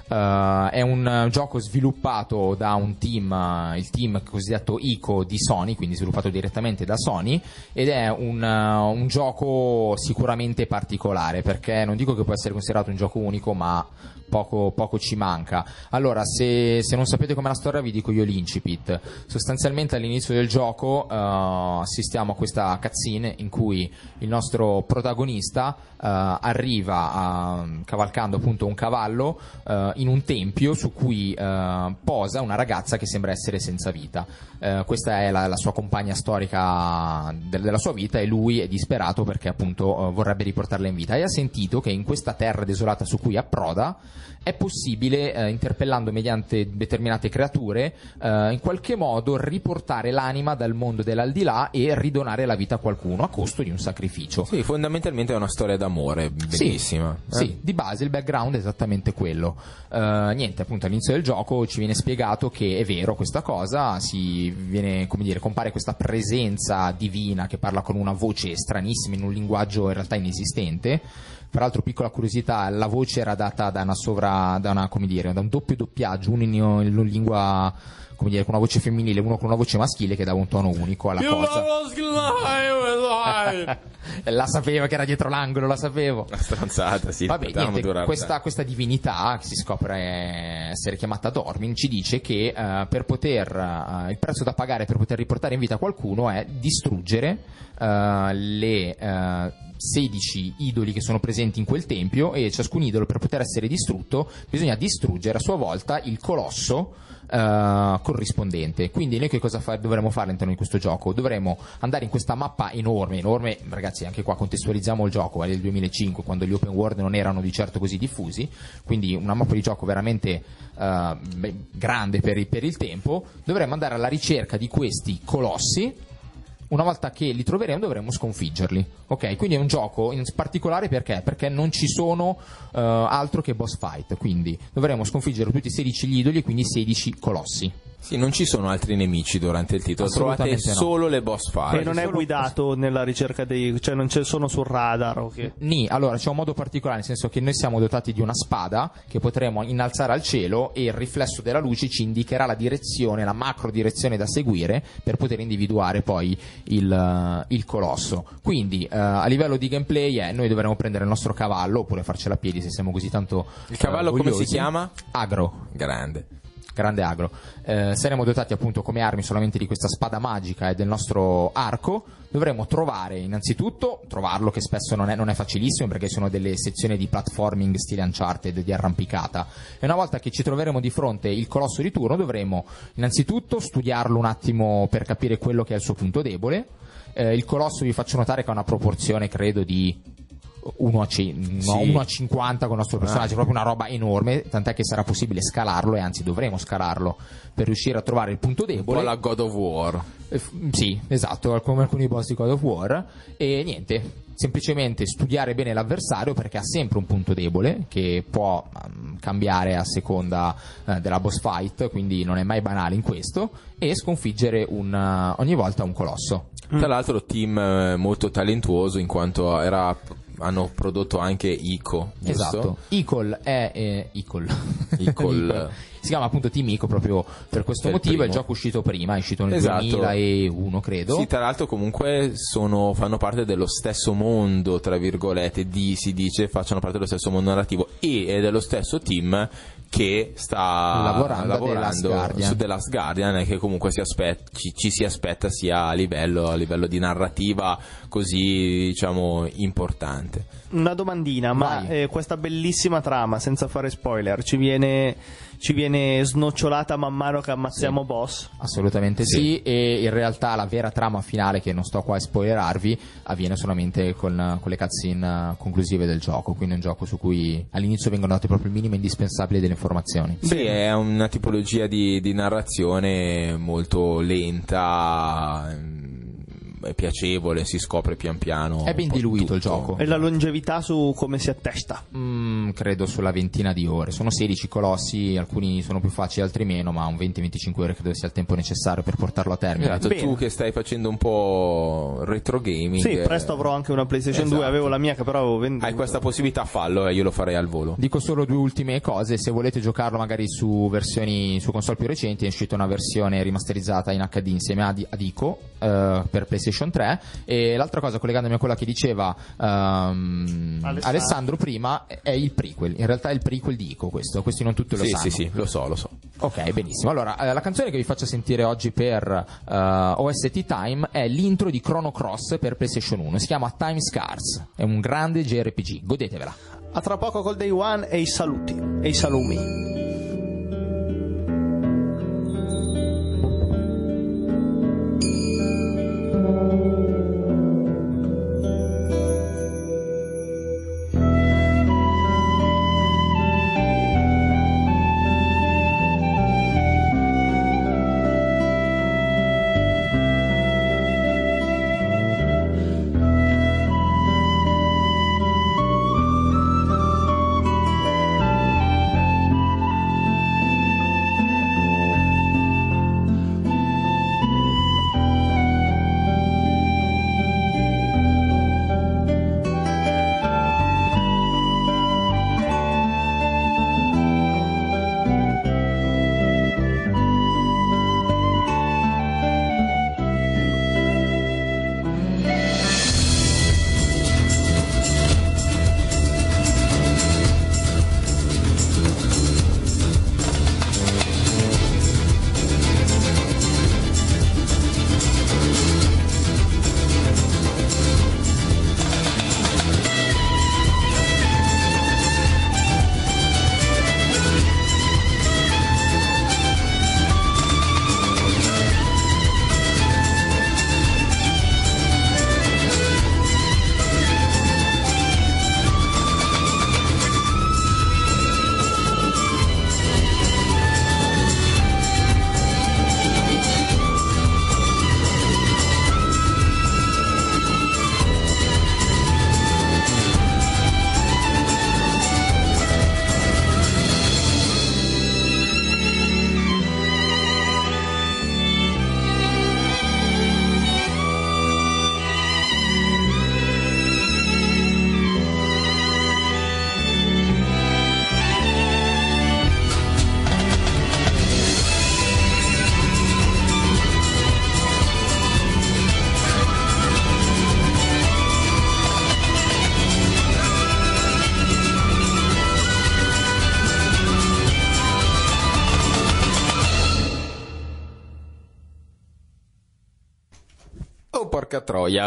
Eh, è un eh, gioco sviluppato da un team, eh, il team cosiddetto ICO di Sony, quindi sviluppato direttamente da Sony, ed è un, eh, un gioco sicuramente particolare, perché non dico che può essere considerato un gioco unico, ma poco, poco ci manca. Allora, se, se non sapete com'è la storia, vi dico io l'incipit. Sostanzialmente all'inizio del gioco eh, assistiamo a questa cutscene in cui il nostro protagonista eh, arriva a- cavalcando appunto un cavallo eh, in un tempio su cui eh, posa una ragazza che sembra essere senza vita. Eh, questa è la, la sua compagna storica del- della sua vita, e lui è disperato perché appunto eh, vorrebbe riportarla in vita, e ha sentito che in questa terra desolata su cui approda è possibile, eh, interpellando mediante determinate creature, eh, in qualche modo riportare l'anima dal mondo dell'aldilà e ridonare la vita a qualcuno a costo di un sacrificio. Sì, fondamentalmente è una storia d'amore bellissima. Sì, eh? sì, di base il background è esattamente quello. Uh, niente, appunto all'inizio del gioco ci viene spiegato che è vero questa cosa, si viene, come dire, compare questa presenza divina che parla con una voce stranissima in un linguaggio in realtà inesistente. Peraltro, piccola curiosità, la voce era data da una sovra, da una, come dire, da un doppio doppiaggio, uno in, in lingua, come dire, con una voce femminile, uno con una voce maschile, che dava un tono unico alla cosa. La sapevo che era dietro l'angolo, la sapevo. La stronzata, sì. Vabbè, niente, questa, questa divinità che si scopre essere chiamata Dormin ci dice che uh, per poter uh, il prezzo da pagare per poter riportare in vita qualcuno è distruggere uh, le uh, sedici idoli che sono presenti in quel tempio, e ciascun idolo, per poter essere distrutto, bisogna distruggere a sua volta il colosso Uh, corrispondente. Quindi noi che cosa fa- dovremmo fare all'interno di questo gioco? Dovremmo andare in questa mappa enorme, enorme, ragazzi, anche qua contestualizziamo il gioco, è del duemilacinque, quando gli open world non erano di certo così diffusi, quindi una mappa di gioco veramente uh, beh, grande per il, per il tempo. Dovremmo andare alla ricerca di questi colossi. Una volta che li troveremo dovremo sconfiggerli, ok? Quindi è un gioco in particolare perché? Perché non ci sono uh, altro che boss fight, quindi dovremo sconfiggere tutti i sedici gli idoli e quindi sedici colossi. Sì, non ci sono altri nemici durante il titolo, trovate no. solo le boss fight. E non è guidato nella ricerca dei, cioè non c'è, sono sul radar, ok? Nì, allora c'è un modo particolare, nel senso che noi siamo dotati di una spada che potremo innalzare al cielo, e il riflesso della luce ci indicherà la direzione, la macro direzione da seguire per poter individuare poi il, il colosso. Quindi uh, a livello di gameplay è, noi dovremo prendere il nostro cavallo, oppure farcela a piedi se siamo così tanto il cavallo uh, come si chiama? Agro. Grande. Grande agro. Eh, saremo dotati appunto come armi solamente di questa spada magica e del nostro arco. Dovremo trovare innanzitutto, trovarlo, che spesso non è, non è facilissimo, perché sono delle sezioni di platforming stile Uncharted, di arrampicata, e una volta che ci troveremo di fronte il colosso di turno dovremo innanzitutto studiarlo un attimo per capire quello che è il suo punto debole. Eh, il colosso vi faccio notare che ha una proporzione credo di uno a cinquanta con il nostro personaggio, è proprio una roba enorme, tant'è che sarà possibile scalarlo, e anzi dovremo scalarlo per riuscire a trovare il punto debole. Un po' la God of War. Eh, f- sì, esatto, come alcuni boss di God of War. E niente, semplicemente studiare bene l'avversario, perché ha sempre un punto debole che può um, cambiare a seconda uh, della boss fight, quindi non è mai banale in questo, e sconfiggere un, uh, ogni volta un colosso. Tra l'altro team eh, molto talentuoso, in quanto era, hanno prodotto anche Ico, giusto? Esatto, Icol è eh, Icol. Icol. Si chiama appunto Team Ico proprio per questo Per il motivo. primo. Il gioco è uscito prima, è uscito nel Esatto. duemilauno credo. Sì, tra l'altro comunque sono, fanno parte dello stesso mondo, tra virgolette, di, si dice, facciano parte dello stesso mondo narrativo, e è dello stesso team che sta lavorando, lavorando The Last Guardian. su The Last Guardian, e che comunque si aspetta, ci, ci si aspetta sia a livello, a livello di narrativa così, diciamo, importante. Una domandina, ma Vai. eh, questa bellissima trama, senza fare spoiler, ci viene, ci viene snocciolata man mano che ammazziamo Sì. boss? Assolutamente sì. Sì. E in realtà la vera trama finale, che non sto qua a spoilerarvi, avviene solamente con, con le cutscene conclusive del gioco, quindi è un gioco su cui all'inizio vengono date proprio il minimo indispensabile delle informazioni. Sì, è una tipologia di, di narrazione molto lenta, è piacevole, si scopre pian piano. È ben un po' diluito il tutto. gioco. E la longevità su come si attesta? Mm, credo sulla ventina di ore. Sono sedici colossi, alcuni sono più facili, altri meno, ma un venti venticinque ore credo sia il tempo necessario per portarlo a termine. Esatto, Bene. tu che stai facendo un po' retro gaming. Sì, eh, presto avrò anche una PlayStation esatto. due, avevo la mia che però avevo venduto. Hai questa possibilità, fallo, e io lo farei al volo. Dico solo due ultime cose: se volete giocarlo magari su versioni su console più recenti, è uscita una versione rimasterizzata in acca di insieme ad, ad Ico eh, per PlayStation tre. E l'altra cosa, collegandomi a quella che diceva ehm, Alessandro. Alessandro prima, è il prequel. In realtà è il prequel di Ico questo, questi non tutti lo Sì, sanno. sì, sì, lo so, lo so. Ok, benissimo. Allora, eh, la canzone che vi faccio sentire oggi per eh, O S T Time è l'intro di Chrono Cross per PlayStation uno. Si chiama Time Scars. È un grande J R P G. Godetevela. A tra poco col Day One e i saluti, e i salumi. porca troia.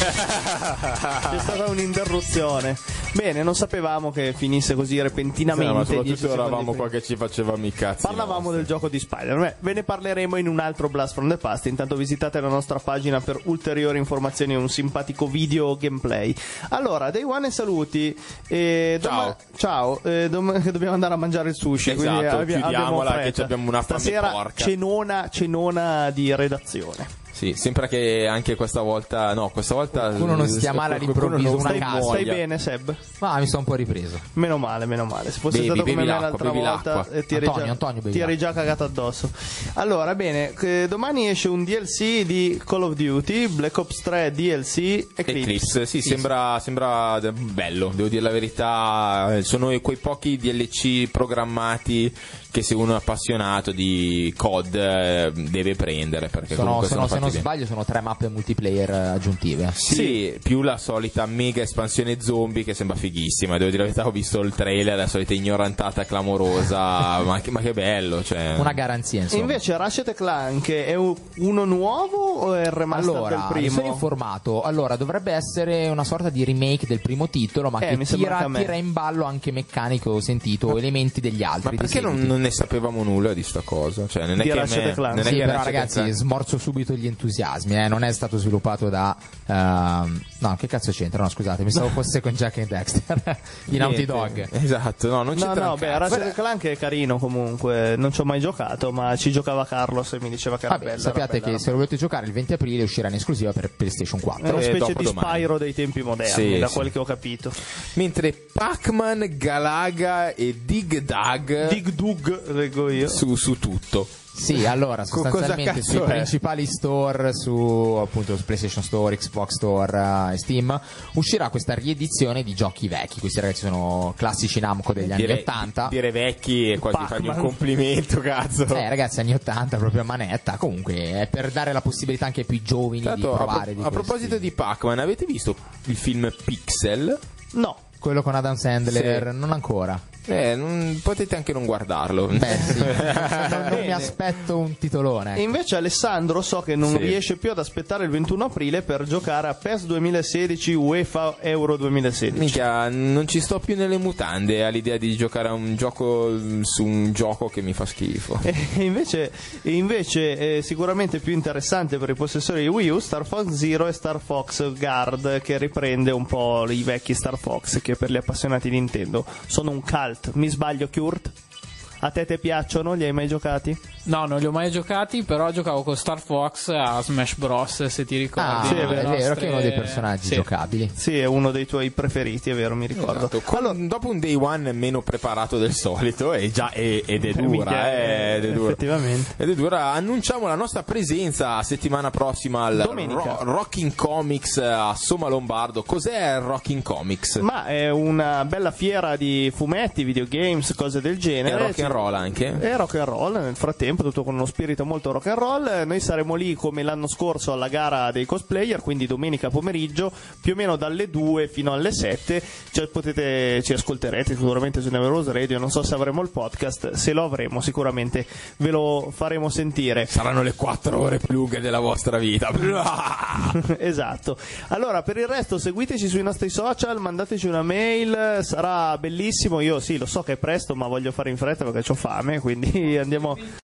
C'è stata un'interruzione. Bene, non sapevamo che finisse così Sì, repentinamente. ma dieci soprattutto secondi eravamo prima. qua che ci facevamo i cazzi. Parlavamo nostri. del gioco di Spider-Man. Beh, ve ne parleremo in un altro Blast from the Past. Intanto visitate la nostra pagina per ulteriori informazioni e un simpatico video gameplay. Allora, Day One e saluti. E doma- ciao. Eh, dom- che dobbiamo andare a mangiare il sushi. Esatto, quindi abbi- abbiamo chiudiamola che fretta. abbiamo una fame Stasera porca. cenona, cenona di redazione. Sì, sembra che anche questa volta, no, questa volta Qualcuno non stia male qualcuno all'improvviso, non una stai casa. Stai muoia. bene, Seb? Ma mi sono un po' ripreso. Meno male, meno male. Se fosse Bevi, stato come bevi me l'acqua, l'altra bevi volta, l'acqua. eh, ti eri Antonio, già, Antonio, bevi ti eri l'acqua. già cagato addosso. Allora, bene, eh, domani esce un D L C di Call of Duty, Black Ops tre D L C Eclipse. Eclipse, sì, sembra, sembra de- bello, devo dire la verità. eh, Sono quei pochi D L C programmati che se uno è appassionato di C O D eh, deve prendere, perché Sono, comunque sono- sono, se non fatti bene. sbaglio sono tre mappe multiplayer eh, aggiuntive. Sì, più la solita mega espansione zombie che sembra fighissima. Devo dire la verità, ho visto il trailer, la solita ignorantata clamorosa, ma, che, ma che bello, cioè. Una garanzia, E insomma. invece Ratchet and Clank è un- uno nuovo o è il remaster Allora, del mi primo? sono informato. Allora, dovrebbe essere una sorta di remake del primo titolo, ma Eh, che mi sembra tira, anche a me. tira in ballo anche meccaniche, ho sentito, elementi degli altri. Ma dei perché non, seguiti. non ne sapevamo nulla di sta cosa? Cioè, non è Di che Ratchet me- and Clank. non è Sì, che però Ratchet and ragazzi, Clank- smorzo subito gli entusiasmi, eh. Non è stato sviluppato da... ehm, no, che cazzo c'entra? No, scusate, mi stavo fosse con Jack and Dexter, i Naughty Niente. Dog. Esatto, no, non No, c'entra no, un beh, cazzo. Ratchet and Clank è carino comunque, non ci ho mai giocato, ma ci giocava Carlos e mi diceva che era Vabbè, bello. era sappiate bello, che era se lo volete giocare il venti aprile uscirà in esclusiva per PlayStation È quattro. una Eh, specie dopo di domani. Spyro dei tempi moderni, Sì, da sì. quel che ho capito. Mentre Pac-Man, Galaga e Dig Dug Dig Dug, leggo io. su, su tutto. Sì, allora Co- cosa sostanzialmente cazzo sui è? principali store, su appunto su PlayStation Store, Xbox Store eh, e Steam, uscirà questa riedizione di giochi vecchi. Questi ragazzi sono classici Namco degli anni Dire- ottanta. Dire vecchi è quasi Pac-Man. fargli un complimento, cazzo. Eh ragazzi, anni ottanta, proprio a manetta. Comunque è per dare la possibilità anche ai più giovani Tra di l'altro, a, pro- provare di a questi. proposito di Pac-Man, avete visto il film Pixel? No. Quello con Adam Sandler, Sì. non ancora. Eh, non- potete anche non guardarlo. Beh, sì. non, non mi aspetto un titolone. E invece Alessandro so che non Sì. riesce più ad aspettare il ventuno aprile per giocare a PES duemilasedici UEFA Euro duemilasedici. Minchia, non ci sto più nelle mutande all'idea di giocare a un gioco su un gioco che mi fa schifo. E invece, e invece è sicuramente più interessante per i possessori di Wii U Star Fox Zero e Star Fox Guard, che riprende un po' i vecchi Star Fox che per gli appassionati di Nintendo sono un cult. Mi sbaglio, Kurt? A te te piacciono? Li hai mai giocati? No, non li ho mai giocati, però giocavo con Star Fox a Smash Bros, se ti ricordi. Ah, Sì, è è le vero, nostre- che è uno dei personaggi Sì. giocabili. Sì, è uno dei tuoi preferiti, è vero, mi ricordo. Esatto. Con- dopo un day one meno preparato del solito e già, e- ed è dura, Minchia, eh, ed è dura. effettivamente. Ed è dura. Annunciamo la nostra presenza settimana prossima al Domenica. Ro- Rocking Comics a Soma Lombardo. Cos'è il Rocking Comics? Ma è una bella fiera di fumetti, videogames, cose del genere. E rock and roll anche? E rock and roll, nel frattempo tutto con uno spirito molto rock and roll. Noi saremo lì come l'anno scorso alla gara dei cosplayer, quindi domenica pomeriggio, più o meno dalle due fino alle sette. Cioè, potete, ci ascolterete sicuramente su Neverose Radio, non so se avremo il podcast, se lo avremo sicuramente ve lo faremo sentire. Saranno le quattro ore più lunghe della vostra vita. Esatto. Allora, per il resto seguiteci sui nostri social, mandateci una mail, sarà bellissimo. Io sì, lo so che è presto, ma voglio fare in fretta perché ho fame, quindi andiamo